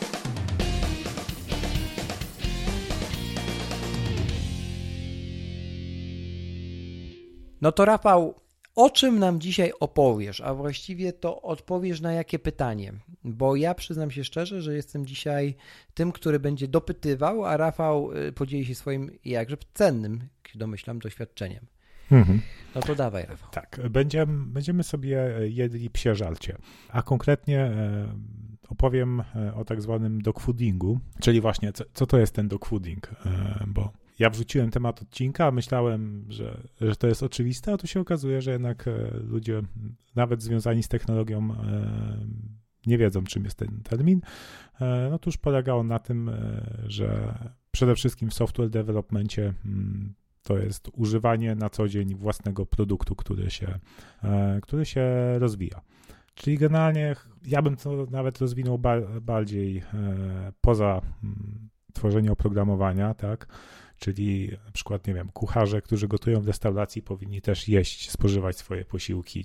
No to Rafał, o czym nam dzisiaj opowiesz, a właściwie to odpowiesz na jakie pytanie? Bo ja przyznam się szczerze, że jestem dzisiaj tym, który będzie dopytywał, a Rafał podzieli się swoim jakże cennym, jak się domyślam, doświadczeniem. No to dawaj, Rafał. Tak, będziemy sobie jedli psie żarcie, a konkretnie opowiem o tak zwanym dogfoodingu, czyli właśnie co to jest ten dogfooding, bo ja wrzuciłem temat odcinka, myślałem, że to jest oczywiste, a tu się okazuje, że jednak ludzie, nawet związani z technologią, nie wiedzą, czym jest ten termin. No to już polegało na tym, że przede wszystkim w software developmencie to jest używanie na co dzień własnego produktu, który się rozwija. Czyli generalnie ja bym to nawet rozwinął bardziej poza tworzenie oprogramowania, tak? czyli na przykład, nie wiem, kucharze, którzy gotują w restauracji, powinni też jeść, spożywać swoje posiłki,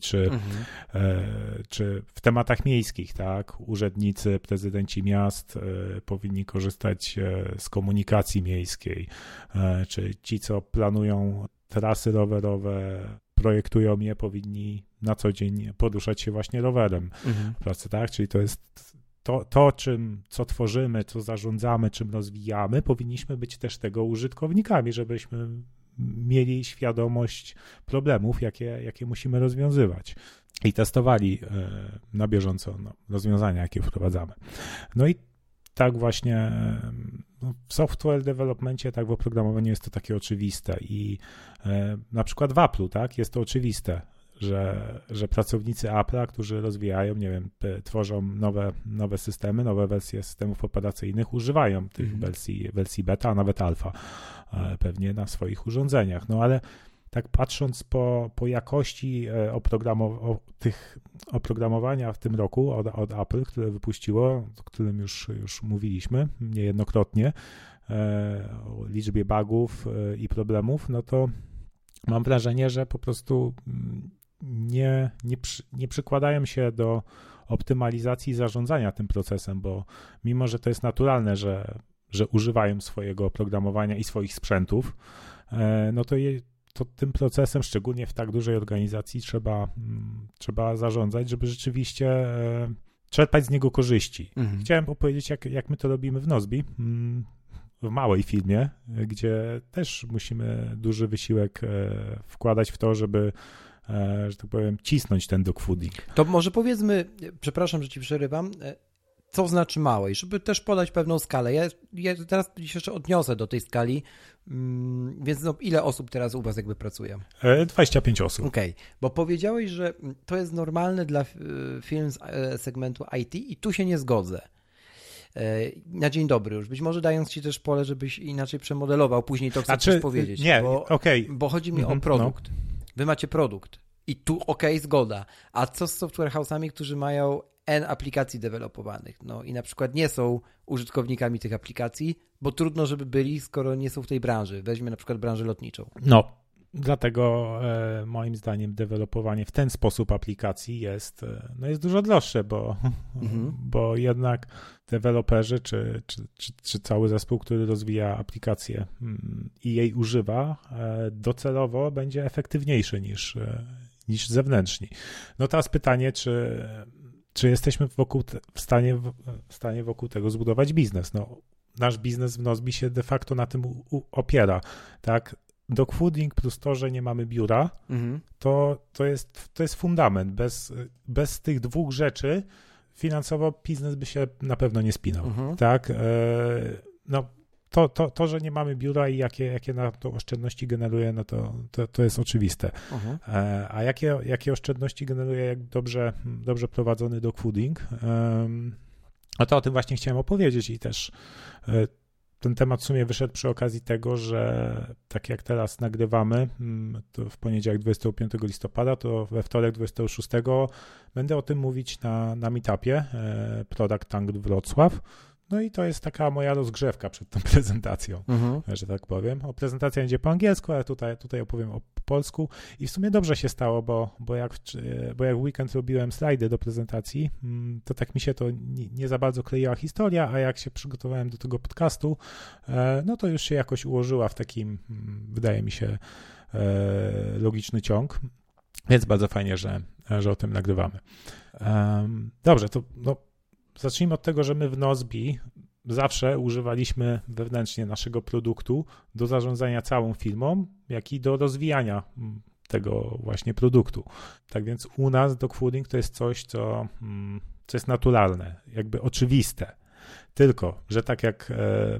czy w tematach miejskich, tak, urzędnicy, prezydenci miast powinni korzystać z komunikacji miejskiej, czy ci, co planują trasy rowerowe, projektują je, powinni na co dzień poruszać się właśnie rowerem w pracy, tak? Czyli to jest co tworzymy, co zarządzamy, czym rozwijamy, powinniśmy być też tego użytkownikami, żebyśmy mieli świadomość problemów, jakie musimy rozwiązywać i testowali na bieżąco rozwiązania, jakie wprowadzamy. No i tak właśnie w software developmencie, tak w oprogramowaniu jest to takie oczywiste i na przykład w Apple'u, tak, jest to oczywiste, że pracownicy Apple'a, którzy rozwijają, nie wiem, tworzą nowe systemy, nowe wersje systemów operacyjnych, używają tych wersji beta, a nawet alfa pewnie na swoich urządzeniach. No ale tak patrząc po jakości oprogramowania w tym roku od Apple, które wypuściło, o którym już mówiliśmy niejednokrotnie, o liczbie bugów i problemów, no to mam wrażenie, że po prostu nie przykładają się do optymalizacji zarządzania tym procesem, bo mimo, że to jest naturalne, że używają swojego oprogramowania i swoich sprzętów, no to tym procesem, szczególnie w tak dużej organizacji, trzeba zarządzać, żeby rzeczywiście czerpać z niego korzyści. Chciałem opowiedzieć, jak my to robimy w Nozbi, w małej firmie, gdzie też musimy duży wysiłek wkładać w to, żeby, że tak powiem, cisnąć ten dogfooding. To może powiedzmy, przepraszam, że ci przerywam, co znaczy małej, żeby też podać pewną skalę. Ja teraz się jeszcze odniosę do tej skali, więc ile osób teraz u was jakby pracuje? 25 osób. Okej, bo powiedziałeś, że to jest normalne dla firm z segmentu IT i tu się nie zgodzę. Na dzień dobry już, być może dając ci też pole, żebyś inaczej przemodelował, później to chcę coś powiedzieć. Nie, bo chodzi mi o produkt. No. Wy macie produkt i tu zgoda. A co z software house'ami, którzy mają N aplikacji dewelopowanych, no i na przykład nie są użytkownikami tych aplikacji, bo trudno, żeby byli, skoro nie są w tej branży. Weźmy na przykład branżę lotniczą. No, dlatego moim zdaniem dewelopowanie w ten sposób aplikacji jest dużo droższe, bo jednak deweloperzy czy cały zespół, który rozwija aplikację i jej używa, docelowo będzie efektywniejszy niż zewnętrzni. No teraz pytanie, czy jesteśmy w stanie wokół tego zbudować biznes? No, nasz biznes w Nozbi się de facto na tym opiera, tak? Dogfooding plus to, że nie mamy biura, to jest fundament. Bez tych dwóch rzeczy finansowo biznes by się na pewno nie spinał, tak? No, to, że nie mamy biura i jakie na to oszczędności generuje, no to jest oczywiste. A jakie oszczędności generuje jak dobrze prowadzony dogfooding? No to o tym właśnie chciałem opowiedzieć i też ten temat w sumie wyszedł przy okazji tego, że tak jak teraz nagrywamy, to w poniedziałek 25 listopada, to we wtorek 26 będę o tym mówić na meetupie Product Tank Wrocław. No i to jest taka moja rozgrzewka przed tą prezentacją, że tak powiem. Prezentacja będzie po angielsku, ale tutaj opowiem po polsku i w sumie dobrze się stało, bo jak w weekend robiłem slajdy do prezentacji, to tak mi się to nie za bardzo kleiła historia, a jak się przygotowałem do tego podcastu, no to już się jakoś ułożyła w takim, wydaje mi się, logiczny ciąg, więc bardzo fajnie, że o tym nagrywamy. Dobrze, to zacznijmy od tego, że my w Nozbi zawsze używaliśmy wewnętrznie naszego produktu do zarządzania całą firmą, jak i do rozwijania tego właśnie produktu. Tak więc u nas dogfooding to jest coś, co jest naturalne, jakby oczywiste. Tylko, że tak jak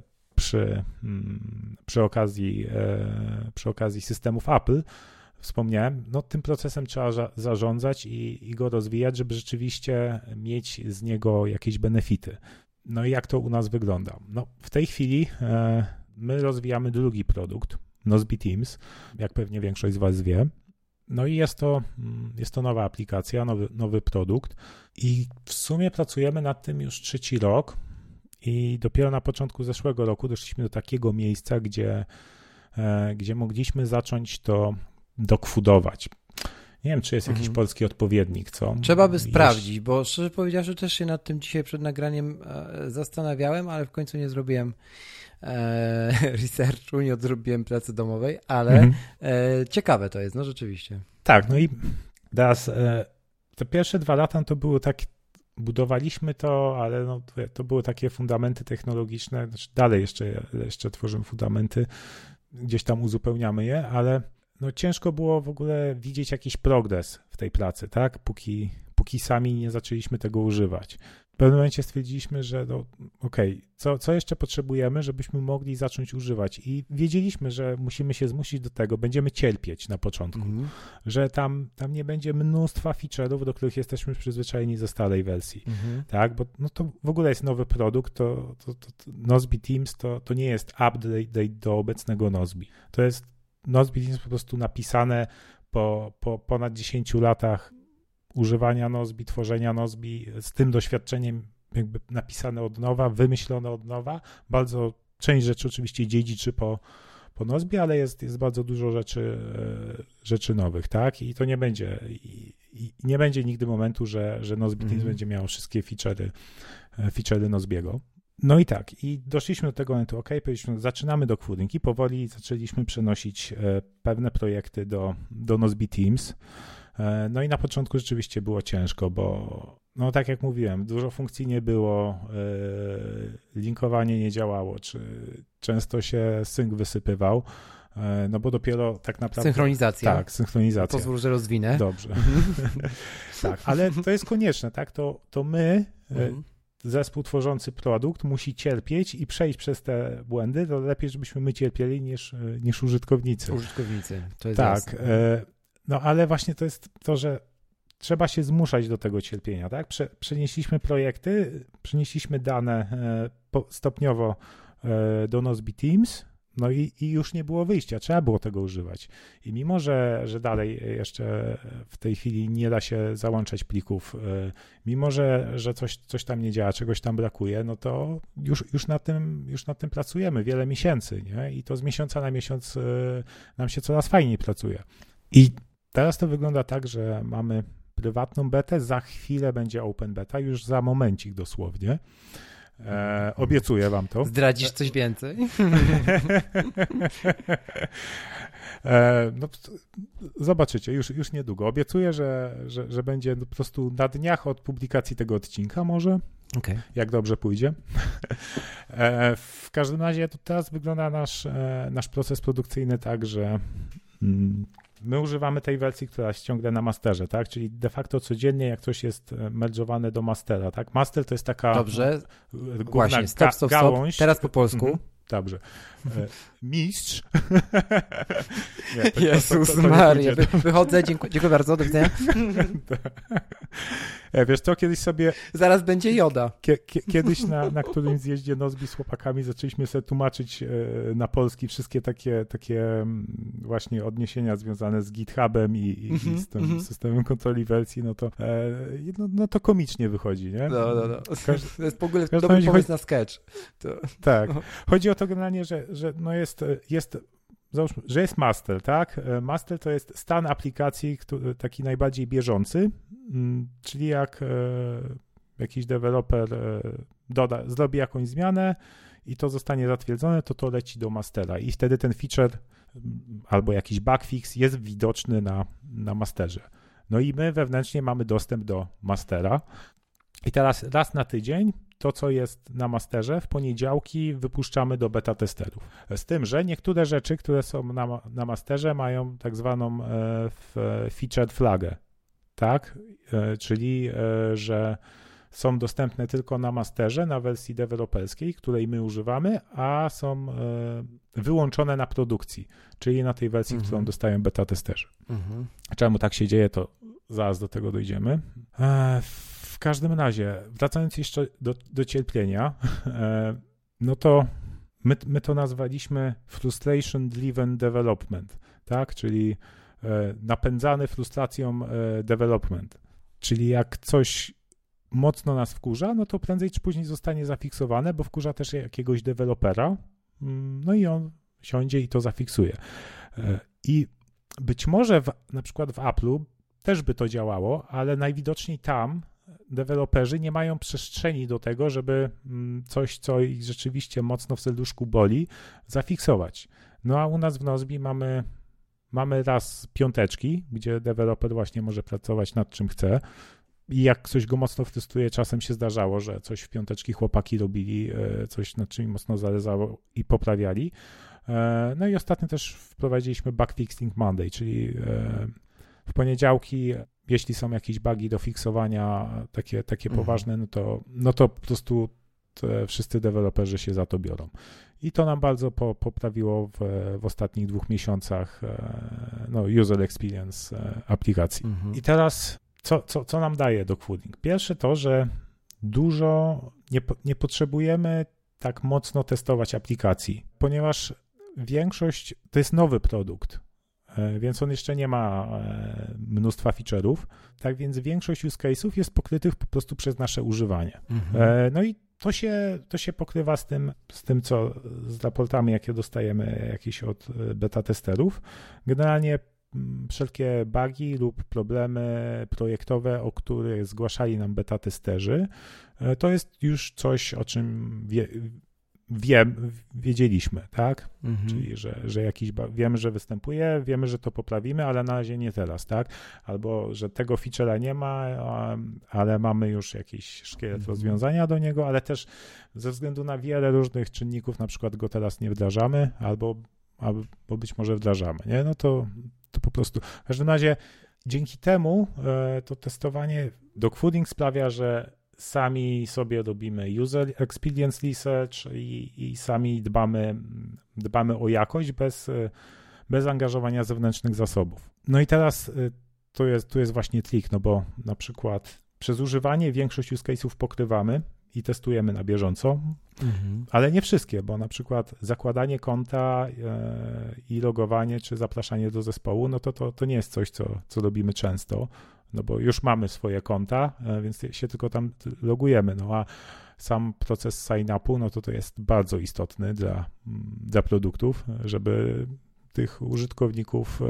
przy okazji systemów Apple wspomniałem, no tym procesem trzeba zarządzać i go rozwijać, żeby rzeczywiście mieć z niego jakieś benefity. No i jak to u nas wygląda? No w tej chwili my rozwijamy drugi produkt, Nozbi Teams, jak pewnie większość z was wie. No i jest to nowa aplikacja, nowy produkt i w sumie pracujemy nad tym już 3. rok i dopiero na początku zeszłego roku doszliśmy do takiego miejsca, gdzie gdzie mogliśmy zacząć to dogfoodować. Nie wiem, czy jest jakiś polski odpowiednik, co? Trzeba by sprawdzić, bo szczerze powiedziawszy też się nad tym dzisiaj przed nagraniem zastanawiałem, ale w końcu nie zrobiłem researchu, nie odrobiłem pracy domowej, ale ciekawe to jest, no rzeczywiście. Tak, no i teraz te pierwsze 2 lata to były takie, budowaliśmy to, ale no, to były takie fundamenty technologiczne, znaczy dalej jeszcze tworzymy fundamenty, gdzieś tam uzupełniamy je, ale no ciężko było w ogóle widzieć jakiś progres w tej pracy, tak? Póki sami nie zaczęliśmy tego używać. W pewnym momencie stwierdziliśmy, że no, okej, co jeszcze potrzebujemy, żebyśmy mogli zacząć używać i wiedzieliśmy, że musimy się zmusić do tego, będziemy cierpieć na początku, że tam nie będzie mnóstwa feature'ów, do których jesteśmy przyzwyczajeni ze starej wersji, tak? Bo no to w ogóle jest nowy produkt, to Nozbe Teams to nie jest update do obecnego Nozbe. To jest Nozbe Teams po prostu napisane po ponad 10 latach używania Nozbe, tworzenia Nozbe, z tym doświadczeniem jakby napisane od nowa, wymyślone od nowa. Bardzo część rzeczy oczywiście dziedziczy po Nozbe, ale jest bardzo dużo rzeczy nowych, tak? I to nie będzie nie będzie nigdy momentu, że Nozbe Teams będzie miało wszystkie feature'y Nozbiego. No i tak, i doszliśmy do tego momentu, powiedzieliśmy, zaczynamy dogfooding i powoli zaczęliśmy przenosić pewne projekty do Nozbe Teams. No i na początku rzeczywiście było ciężko, bo no tak jak mówiłem, dużo funkcji nie było, linkowanie nie działało, czy często się sync wysypywał, no bo dopiero tak naprawdę... Synchronizacja. Tak, synchronizacja. Pozwól, że rozwinę. Dobrze. Tak, ale to jest konieczne, tak? To my... Zespół tworzący produkt musi cierpieć i przejść przez te błędy, to lepiej, żebyśmy my cierpieli niż użytkownicy. Użytkownicy, to jest tak. jasne. No ale właśnie to jest to, że trzeba się zmuszać do tego cierpienia, tak? Przenieśliśmy projekty, przenieśliśmy dane stopniowo do Nozbe Teams, no i już nie było wyjścia, trzeba było tego używać. I mimo, że dalej jeszcze w tej chwili nie da się załączać plików, mimo, że coś tam nie działa, czegoś tam brakuje, no to już nad tym pracujemy wiele miesięcy, nie? I to z miesiąca na miesiąc nam się coraz fajniej pracuje. I teraz to wygląda tak, że mamy prywatną betę, za chwilę będzie open beta, już za momencik dosłownie. Obiecuję wam to. Zdradzisz coś więcej? No, zobaczycie, już niedługo. Obiecuję, że będzie po prostu na dniach od publikacji tego odcinka może, jak dobrze pójdzie. W każdym razie to teraz wygląda nasz proces produkcyjny tak, że my używamy tej wersji, która jest ciągle na masterze, tak? Czyli de facto codziennie, jak coś jest merge'owane do mastera, tak? Master to jest taka... Dobrze, właśnie, stop. Gałąź. Teraz po polsku. Dobrze. Mistrz. Nie, Jezus Maria, wychodzę, dziękuję bardzo, do widzenia. Wiesz co, kiedyś sobie... Zaraz będzie Joda. Kiedyś na którymś zjeździe Nozbe z chłopakami zaczęliśmy sobie tłumaczyć na polski wszystkie takie właśnie odniesienia związane z GitHubem i z tym systemem kontroli wersji, no to komicznie wychodzi, nie? No. To jest w ogóle dobry pomysł na sketch. Tak. Chodzi o to generalnie, że no jest załóżmy, że jest master, tak? Master to jest stan aplikacji, taki najbardziej bieżący, czyli jak jakiś deweloper zrobi jakąś zmianę i to zostanie zatwierdzone, to leci do mastera i wtedy ten feature albo jakiś bugfix jest widoczny na masterze. No i my wewnętrznie mamy dostęp do mastera i teraz raz na tydzień to, co jest na masterze, w poniedziałki wypuszczamy do beta testerów. Z tym, że niektóre rzeczy, które są na masterze, mają tak zwaną featured flagę, tak? Czyli, że są dostępne tylko na masterze, na wersji deweloperskiej, której my używamy, a są wyłączone na produkcji, czyli na tej wersji, którą dostają beta testerzy. Czemu tak się dzieje, to zaraz do tego dojdziemy. W każdym razie, wracając jeszcze do cierpienia, no to my to nazwaliśmy frustration driven development, tak? Czyli napędzany frustracją development. Czyli jak coś mocno nas wkurza, no to prędzej czy później zostanie zafiksowane, bo wkurza też jakiegoś dewelopera, no i on siądzie i to zafiksuje. I być może na przykład w Apple'u też by to działało, ale najwidoczniej tam deweloperzy nie mają przestrzeni do tego, żeby coś, co ich rzeczywiście mocno w serduszku boli, zafiksować. No a u nas w Nozbi mamy raz piąteczki, gdzie deweloper właśnie może pracować nad czym chce i jak coś go mocno testuje, czasem się zdarzało, że coś w piąteczki chłopaki robili, coś nad czym mocno zależało i poprawiali. No i ostatnio też wprowadziliśmy Bug Fixing Monday, czyli w poniedziałki, jeśli są jakieś bugi do fiksowania, takie poważne, no to po prostu wszyscy deweloperzy się za to biorą. I to nam bardzo poprawiło w ostatnich 2 miesiącach user experience aplikacji. I teraz co nam daje dogfooding? Pierwsze to, że dużo nie potrzebujemy tak mocno testować aplikacji, ponieważ większość to jest nowy produkt, więc on jeszcze nie ma mnóstwa feature'ów, tak więc większość use case'ów jest pokrytych po prostu przez nasze używanie. No i to się pokrywa z tym, co z raportami, jakie dostajemy jakieś od beta testerów. Generalnie wszelkie bugi lub problemy projektowe, o których zgłaszali nam beta testerzy, to jest już coś, o czym wiedzieliśmy, tak? Czyli, że jakiś wiemy, że występuje, wiemy, że to poprawimy, ale na razie nie teraz, tak? Albo, że tego feature'a nie ma, ale mamy już jakiś szkielet rozwiązania do niego, ale też ze względu na wiele różnych czynników, na przykład go teraz nie wdrażamy, albo być może wdrażamy, nie? No to po prostu, w każdym razie dzięki temu to testowanie dogfooding sprawia, że sami sobie robimy user experience research i sami dbamy o jakość bez angażowania zewnętrznych zasobów. No i teraz tu jest właśnie trik, no bo na przykład przez używanie większość use case'ów pokrywamy i testujemy na bieżąco, ale nie wszystkie, bo na przykład zakładanie konta i logowanie czy zapraszanie do zespołu, no to nie jest coś, co robimy często, no bo już mamy swoje konta, więc się tylko tam logujemy, no a sam proces sign-upu, no to jest bardzo istotny dla produktów, żeby tych użytkowników,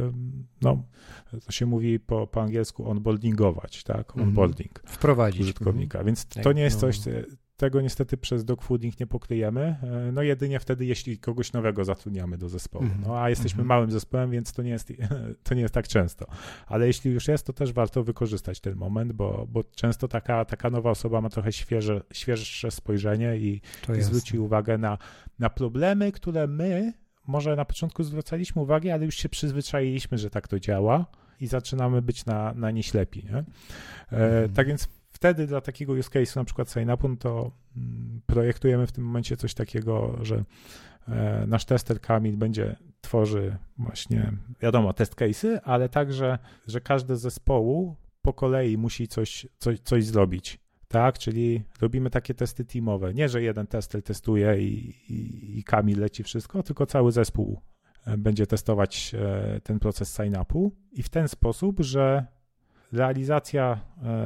no to się mówi po angielsku onboardingować, tak, onboarding. Wprowadzić użytkownika, więc to nie jest coś, tego niestety przez dogfooding nie pokryjemy, no jedynie wtedy, jeśli kogoś nowego zatrudniamy do zespołu, no a jesteśmy małym zespołem, więc to nie jest tak często, ale jeśli już jest, to też warto wykorzystać ten moment, bo często taka nowa osoba ma trochę świeższe spojrzenie i zwróci uwagę na problemy, które my może na początku zwracaliśmy uwagę, ale już się przyzwyczailiśmy, że tak to działa i zaczynamy być na nie ślepi, nie? Tak więc wtedy dla takiego use case'u, na przykład sign-upu, to projektujemy w tym momencie coś takiego, że nasz tester Kamil tworzy właśnie, wiadomo, test case'y, ale także, że każdy z zespołu po kolei musi coś zrobić, tak? Czyli robimy takie testy teamowe. Nie, że jeden tester testuje i Kamil leci wszystko, tylko cały zespół będzie testować ten proces sign-upu i w ten sposób, że realizacja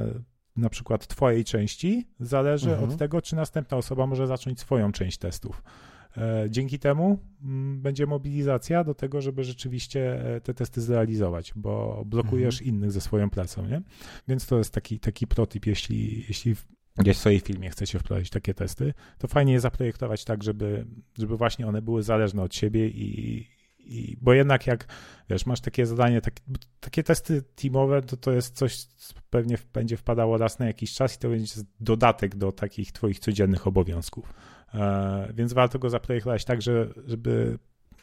na przykład twojej części zależy od tego, czy następna osoba może zacząć swoją część testów. Dzięki temu będzie mobilizacja do tego, żeby rzeczywiście te testy zrealizować, bo blokujesz innych ze swoją pracą, nie? Więc to jest taki protip, jeśli gdzieś w swojej firmie chcecie wprowadzić takie testy, to fajnie je zaprojektować tak, żeby właśnie one były zależne od siebie bo jednak jak, wiesz, masz takie zadanie, takie testy teamowe, to jest coś, co pewnie będzie wpadało raz na jakiś czas i to będzie dodatek do takich twoich codziennych obowiązków. Więc warto go zaprojektować tak, żeby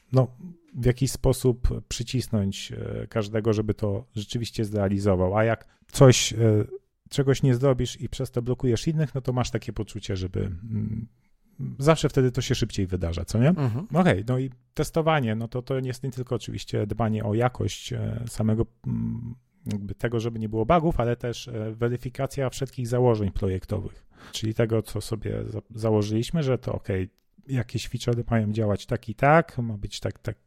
w jakiś sposób przycisnąć każdego, żeby to rzeczywiście zrealizował. A jak czegoś nie zrobisz i przez to blokujesz innych, no to masz takie poczucie, żeby zawsze wtedy to się szybciej wydarza, co nie? Okej, no i testowanie, no to jest nie tylko oczywiście dbanie o jakość samego jakby tego, żeby nie było bugów, ale też weryfikacja wszystkich założeń projektowych, czyli tego, co sobie założyliśmy, że to jakieś feature mają działać tak i tak, ma być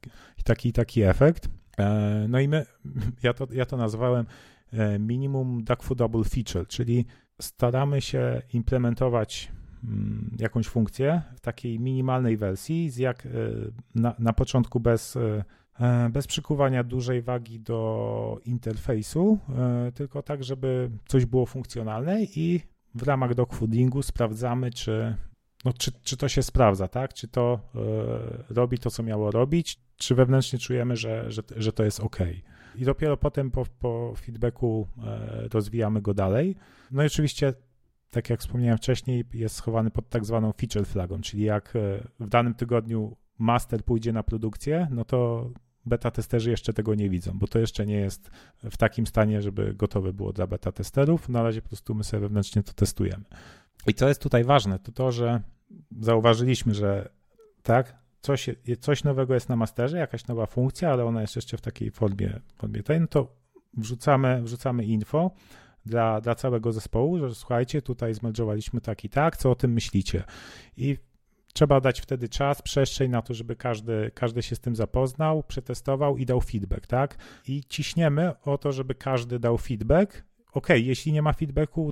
taki efekt. No i ja to nazwałem minimum dogfoodable feature, czyli staramy się implementować jakąś funkcję w takiej minimalnej wersji, na początku bez przykuwania dużej wagi do interfejsu, tylko tak, żeby coś było funkcjonalne i w ramach dogfoodingu sprawdzamy, czy to się sprawdza, tak? Czy to robi to, co miało robić, czy wewnętrznie czujemy, że to jest OK. I dopiero potem po feedbacku rozwijamy go dalej. No i oczywiście, tak jak wspomniałem wcześniej, jest schowany pod tak zwaną feature flagą, czyli jak w danym tygodniu master pójdzie na produkcję, no to beta testerzy jeszcze tego nie widzą, bo to jeszcze nie jest w takim stanie, żeby gotowe było dla beta testerów. Na razie po prostu my sobie wewnętrznie to testujemy. I co jest tutaj ważne, to, że zauważyliśmy, że tak, coś nowego jest na masterze, jakaś nowa funkcja, ale ona jest jeszcze w takiej formie tej, no to wrzucamy info dla całego zespołu, że słuchajcie, tutaj zmerdżowaliśmy tak i tak, co o tym myślicie? I trzeba dać wtedy czas, przestrzeń na to, żeby każdy się z tym zapoznał, przetestował i dał feedback, tak? I ciśniemy o to, żeby każdy dał feedback. Okej, jeśli nie ma feedbacku,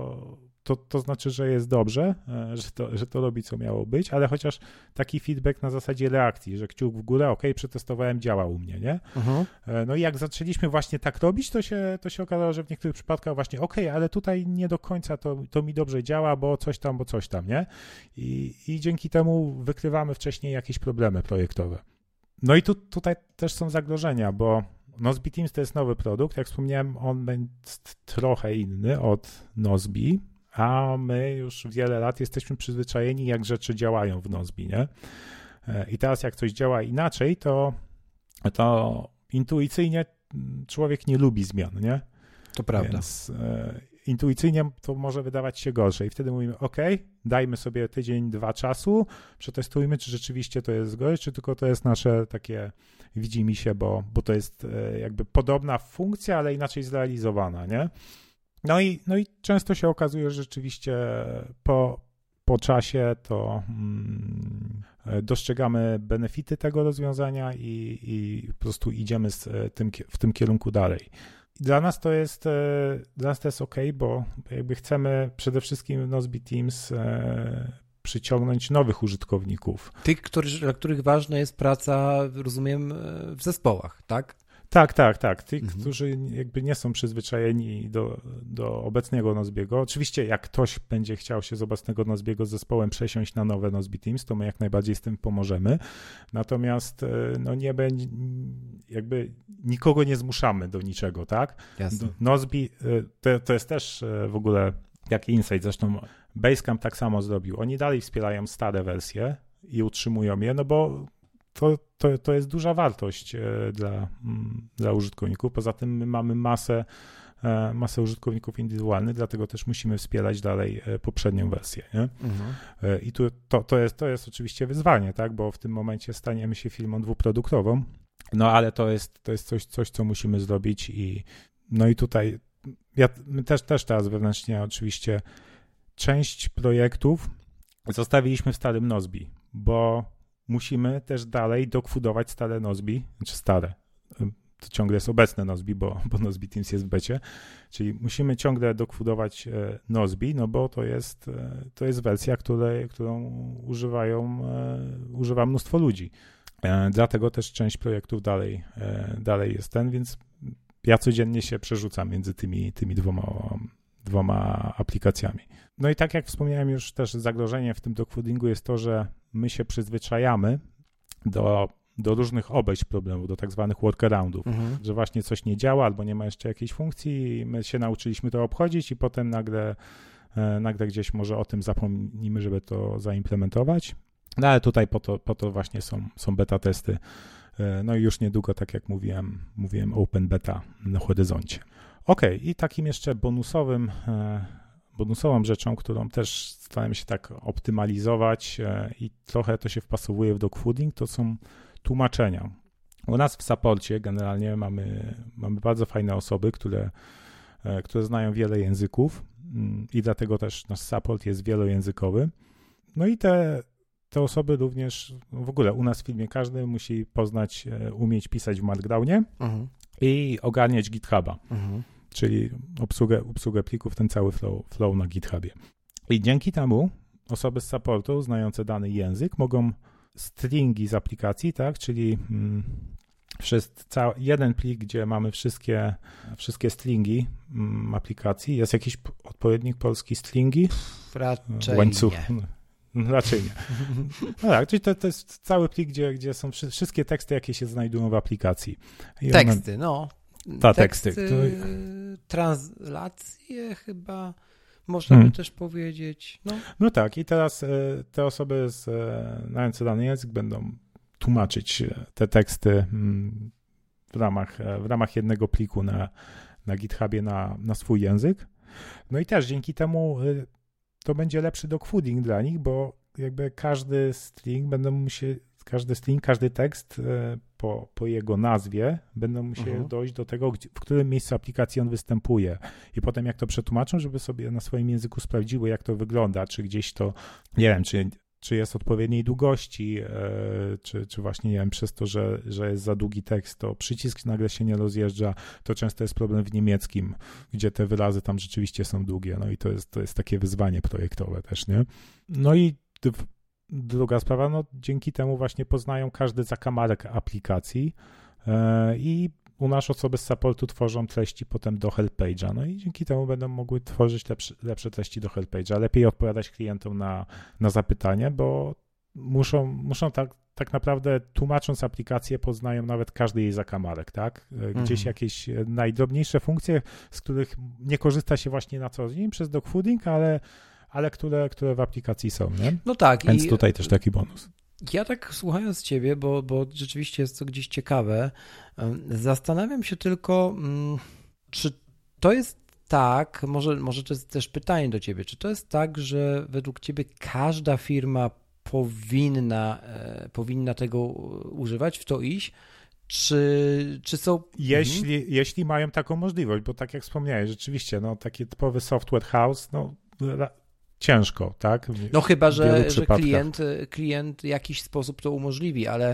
to znaczy, że jest dobrze, że to robi, co miało być, ale chociaż taki feedback na zasadzie reakcji, że kciuk w górę, przetestowałem, działa u mnie, nie? No i jak zaczęliśmy właśnie tak robić, to się okazało, że w niektórych przypadkach właśnie ale tutaj nie do końca to mi dobrze działa, bo coś tam, nie? I dzięki temu wykrywamy wcześniej jakieś problemy projektowe. No i tutaj też są zagrożenia, bo Nozbe Teams to jest nowy produkt, jak wspomniałem, on jest trochę inny od Nozbe, a my już wiele lat jesteśmy przyzwyczajeni, jak rzeczy działają w Nozbe, nie? I teraz jak coś działa inaczej, to intuicyjnie człowiek nie lubi zmian, nie? To prawda. Więc intuicyjnie to może wydawać się gorsze i wtedy mówimy, dajmy sobie tydzień, 2 czasu, przetestujmy, czy rzeczywiście to jest gorzej, czy tylko to jest nasze takie widzimisię, bo to jest jakby podobna funkcja, ale inaczej zrealizowana, nie? No i często się okazuje, że rzeczywiście po czasie to dostrzegamy benefity tego rozwiązania i po prostu idziemy w tym kierunku dalej. Dla nas to jest OK, bo jakby chcemy przede wszystkim w Nozbe Teams przyciągnąć nowych użytkowników. Tych, dla których ważna jest praca, rozumiem, w zespołach, tak? Tak. Tych, którzy jakby nie są przyzwyczajeni do obecnego Nozbiego. Oczywiście jak ktoś będzie chciał się z obecnego Nozbiego z zespołem przesiąść na nowe Nozbe Teams, to my jak najbardziej z tym pomożemy. Natomiast nie będzie, jakby nikogo nie zmuszamy do niczego, tak? Jasne. Nozbe to jest też w ogóle jak insight, zresztą Basecamp tak samo zrobił. Oni dalej wspierają stare wersje i utrzymują je, no bo to jest duża wartość dla użytkowników. Poza tym my mamy masę użytkowników indywidualnych, dlatego też musimy wspierać dalej poprzednią wersję. Nie? I to jest oczywiście wyzwanie, tak? Bo w tym momencie staniemy się firmą dwuproduktową, no ale to jest coś, co musimy zrobić i tutaj my też teraz wewnętrznie oczywiście część projektów zostawiliśmy w starym Nozbe, bo musimy też dalej dokfudować stare Nozbe, znaczy stare, to ciągle jest obecne Nozbe, bo Nozbe Teams jest w becie, czyli musimy ciągle dokfudować Nozbe, no bo to jest wersja, którą używa mnóstwo ludzi. Dlatego też część projektów dalej jest więc ja codziennie się przerzucam między tymi dwoma aplikacjami. No i tak jak wspomniałem już też zagrożenie w tym dogfoodingu jest to, że my się przyzwyczajamy do różnych obejść problemów, do tak zwanych workaroundów, że właśnie coś nie działa albo nie ma jeszcze jakiejś funkcji i my się nauczyliśmy to obchodzić i potem nagle gdzieś może o tym zapomnimy, żeby to zaimplementować. No ale tutaj po to właśnie są beta testy. No i już niedługo, tak jak mówiłem open beta na horyzoncie. I takim jeszcze bonusową rzeczą, którą też staramy się tak optymalizować i trochę to się wpasowuje w dogfooding, to są tłumaczenia. U nas w supporcie generalnie mamy bardzo fajne osoby, które znają wiele języków i dlatego też nasz support jest wielojęzykowy. No i te osoby również, w ogóle u nas w firmie każdy musi umieć pisać w Markdownie i ogarniać GitHuba. Czyli obsługę plików, ten cały flow na GitHubie. I dzięki temu osoby z supportu znające dany język mogą stringi z aplikacji, tak, czyli jeden plik, gdzie mamy wszystkie stringi aplikacji. Jest jakiś odpowiednik polski stringi? Raczej łańcuch. nie. Raczej nie. No tak, czyli to jest cały plik, gdzie są wszystkie teksty, jakie się znajdują w aplikacji. Teksty. Teksty. Translacje chyba można by też powiedzieć. No tak, i teraz te osoby znające dany język będą tłumaczyć te teksty w ramach jednego pliku na GitHubie na swój język. No i też dzięki temu to będzie lepszy dogfooding dla nich, bo jakby każdy tekst po jego nazwie będą musieli dojść do tego, w którym miejscu aplikacji on występuje. I potem jak to przetłumaczą, żeby sobie na swoim języku sprawdziły, jak to wygląda, czy gdzieś to, nie wiem, czy jest odpowiedniej długości, czy właśnie, nie wiem, przez to, że jest za długi tekst, to przycisk nagle się nie rozjeżdża, to często jest problem w niemieckim, gdzie te wyrazy tam rzeczywiście są długie, no i to jest takie wyzwanie projektowe też, nie? No i druga sprawa, no dzięki temu właśnie poznają każdy zakamarek aplikacji i u nas osoby z supportu tworzą treści potem do help page'a, no i dzięki temu będą mogły tworzyć lepsze treści do help page'a, lepiej odpowiadać klientom na zapytania, bo muszą tak naprawdę, tłumacząc aplikację, poznają nawet każdy jej zakamarek, tak? Gdzieś jakieś najdrobniejsze funkcje, z których nie korzysta się właśnie na co dzień przez dogfooding, ale które w aplikacji są, nie? No tak. Więc tutaj też taki bonus. Ja tak słuchając ciebie, bo rzeczywiście jest to gdzieś ciekawe, zastanawiam się tylko, czy to jest tak, może to jest też pytanie do ciebie, czy to jest tak, że według ciebie każda firma powinna tego używać, w to iść, czy są... Jeśli mają taką możliwość, bo tak jak wspomniałeś, rzeczywiście, no taki typowy software house, no ciężko, tak? No chyba, że klient w jakiś sposób to umożliwi, ale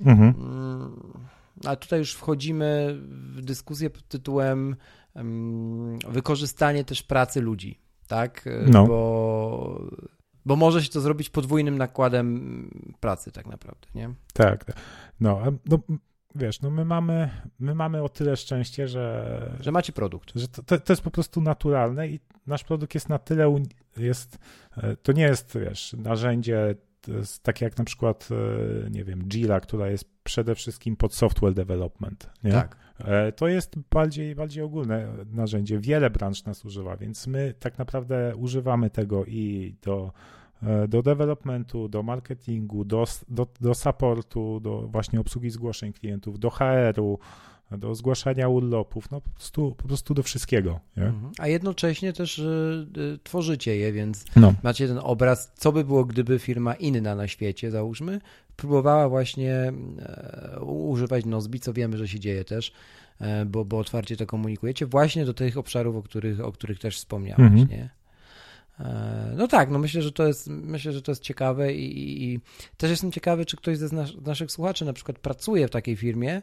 tutaj już wchodzimy w dyskusję pod tytułem wykorzystanie też pracy ludzi, tak? No. Bo może się to zrobić podwójnym nakładem pracy tak naprawdę, nie? Tak. No wiesz, no my mamy o tyle szczęście, że macie produkt. Że to jest po prostu naturalne i nasz produkt jest na tyle, to nie jest, wiesz, narzędzie takie jak na przykład, nie wiem, Jira, która jest przede wszystkim pod software development, nie? Tak. To jest bardziej ogólne narzędzie. Wiele branż nas używa, więc my tak naprawdę używamy tego i do developmentu, do marketingu, do supportu, do właśnie obsługi zgłoszeń klientów, do HR-u, do zgłaszania urlopów, no po prostu do wszystkiego. Nie? A jednocześnie też tworzycie je, więc no. Macie ten obraz, co by było, gdyby firma inna na świecie, załóżmy, próbowała właśnie używać Nozbi, co wiemy, że się dzieje też, bo otwarcie to komunikujecie, właśnie do tych obszarów, o których też wspomniałeś, nie? No tak, no myślę, że to jest ciekawe i też jestem ciekawy, czy ktoś z naszych słuchaczy na przykład pracuje w takiej firmie,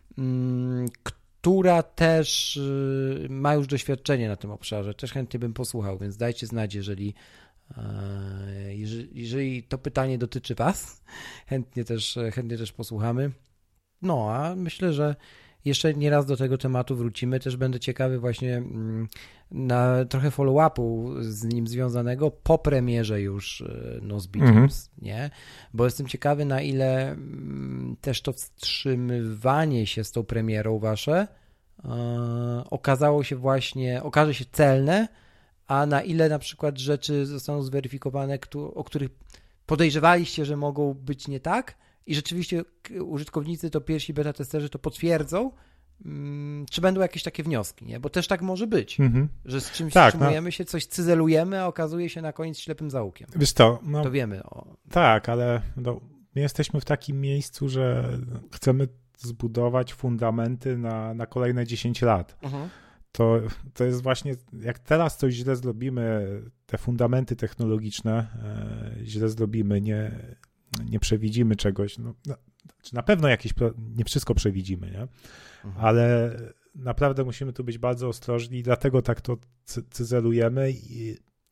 która też ma już doświadczenie na tym obszarze. Też chętnie bym posłuchał, więc dajcie znać, jeżeli to pytanie dotyczy was, chętnie też posłuchamy. No, a myślę, że jeszcze nie raz do tego tematu wrócimy. Też będę ciekawy właśnie na trochę follow-upu z nim związanego po premierze już Nozbi Teams, nie? Bo jestem ciekawy, na ile też to wstrzymywanie się z tą premierą wasze okaże się celne, a na ile na przykład rzeczy zostaną zweryfikowane, o których podejrzewaliście, że mogą być nie tak, i rzeczywiście użytkownicy, to pierwsi beta testerzy to potwierdzą, czy będą jakieś takie wnioski, nie? Bo też tak może być, że z czymś wstrzymujemy się, coś cyzelujemy, a okazuje się na koniec ślepym zaułkiem. Wiesz co, to wiemy. Tak, ale my jesteśmy w takim miejscu, że chcemy zbudować fundamenty na kolejne 10 lat. To jest właśnie, jak teraz coś źle zrobimy, te fundamenty technologiczne źle zrobimy, nie przewidzimy czegoś, na pewno nie wszystko przewidzimy, nie? Ale naprawdę musimy tu być bardzo ostrożni i dlatego tak to cyzelujemy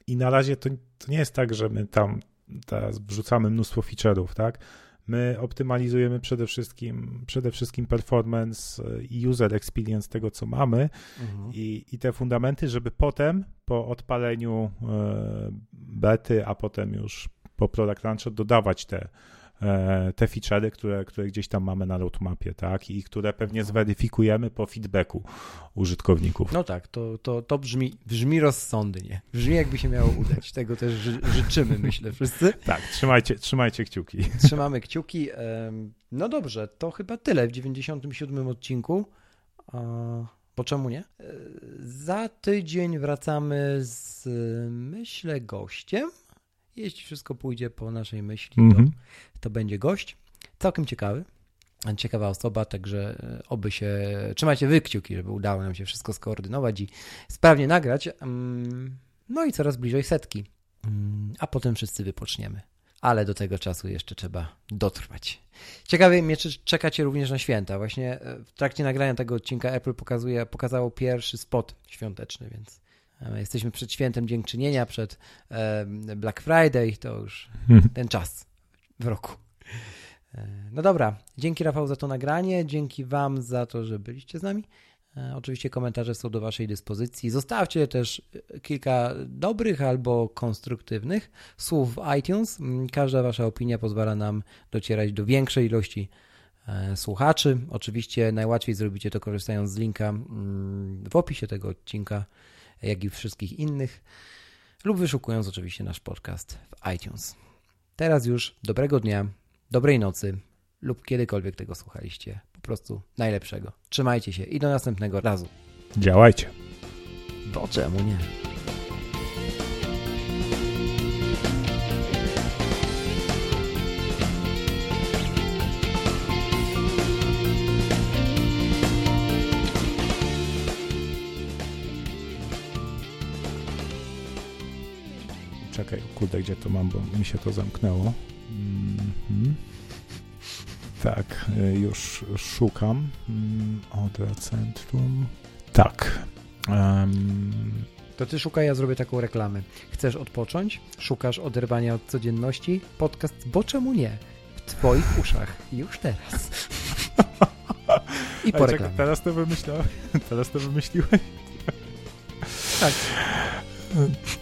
I na razie to nie jest tak, że my tam teraz wrzucamy mnóstwo feature'ów, tak? My optymalizujemy przede wszystkim performance i user experience tego, co mamy i te fundamenty, żeby potem po odpaleniu bety, a potem już po product launchu dodawać te feature'y, które gdzieś tam mamy na roadmapie, tak? I które pewnie zweryfikujemy po feedbacku użytkowników. No tak, to brzmi rozsądnie. Brzmi jakby się miało udać. Tego też życzymy, myślę, wszyscy. Tak, trzymajcie kciuki. Trzymamy kciuki. No dobrze, to chyba tyle w 97 odcinku. Bo czemu nie? Za tydzień wracamy z, myślę, gościem. Jeśli wszystko pójdzie po naszej myśli, to będzie gość. Całkiem ciekawa osoba, także oby się... Trzymajcie wy kciuki, żeby udało nam się wszystko skoordynować i sprawnie nagrać. No i coraz bliżej 100. A potem wszyscy wypoczniemy. Ale do tego czasu jeszcze trzeba dotrwać. Ciekawie mnie, czy czekacie również na święta. Właśnie w trakcie nagrania tego odcinka Apple pokazało pierwszy spot świąteczny, więc jesteśmy przed świętem Dziękczynienia, przed Black Friday, to już ten czas w roku. No dobra, dzięki Rafał za to nagranie, dzięki wam za to, że byliście z nami. Oczywiście komentarze są do waszej dyspozycji. Zostawcie też kilka dobrych albo konstruktywnych słów w iTunes. Każda wasza opinia pozwala nam docierać do większej ilości słuchaczy. Oczywiście najłatwiej zrobicie to korzystając z linka w opisie tego odcinka, jak i wszystkich innych, lub wyszukując oczywiście nasz podcast w iTunes. Teraz już dobrego dnia, dobrej nocy lub kiedykolwiek tego słuchaliście. Po prostu najlepszego. Trzymajcie się i do następnego razu. Działajcie. Bo czemu nie? Czekaj, kurde, gdzie to mam, bo mi się to zamknęło. Tak, już szukam. Odra Centrum. Tak. To ty szukaj, ja zrobię taką reklamę. Chcesz odpocząć? Szukasz oderwania od codzienności? Podcast Bo czemu nie? W twoich uszach. Już teraz. I po reklamie. Teraz to wymyśliłeś? Tak.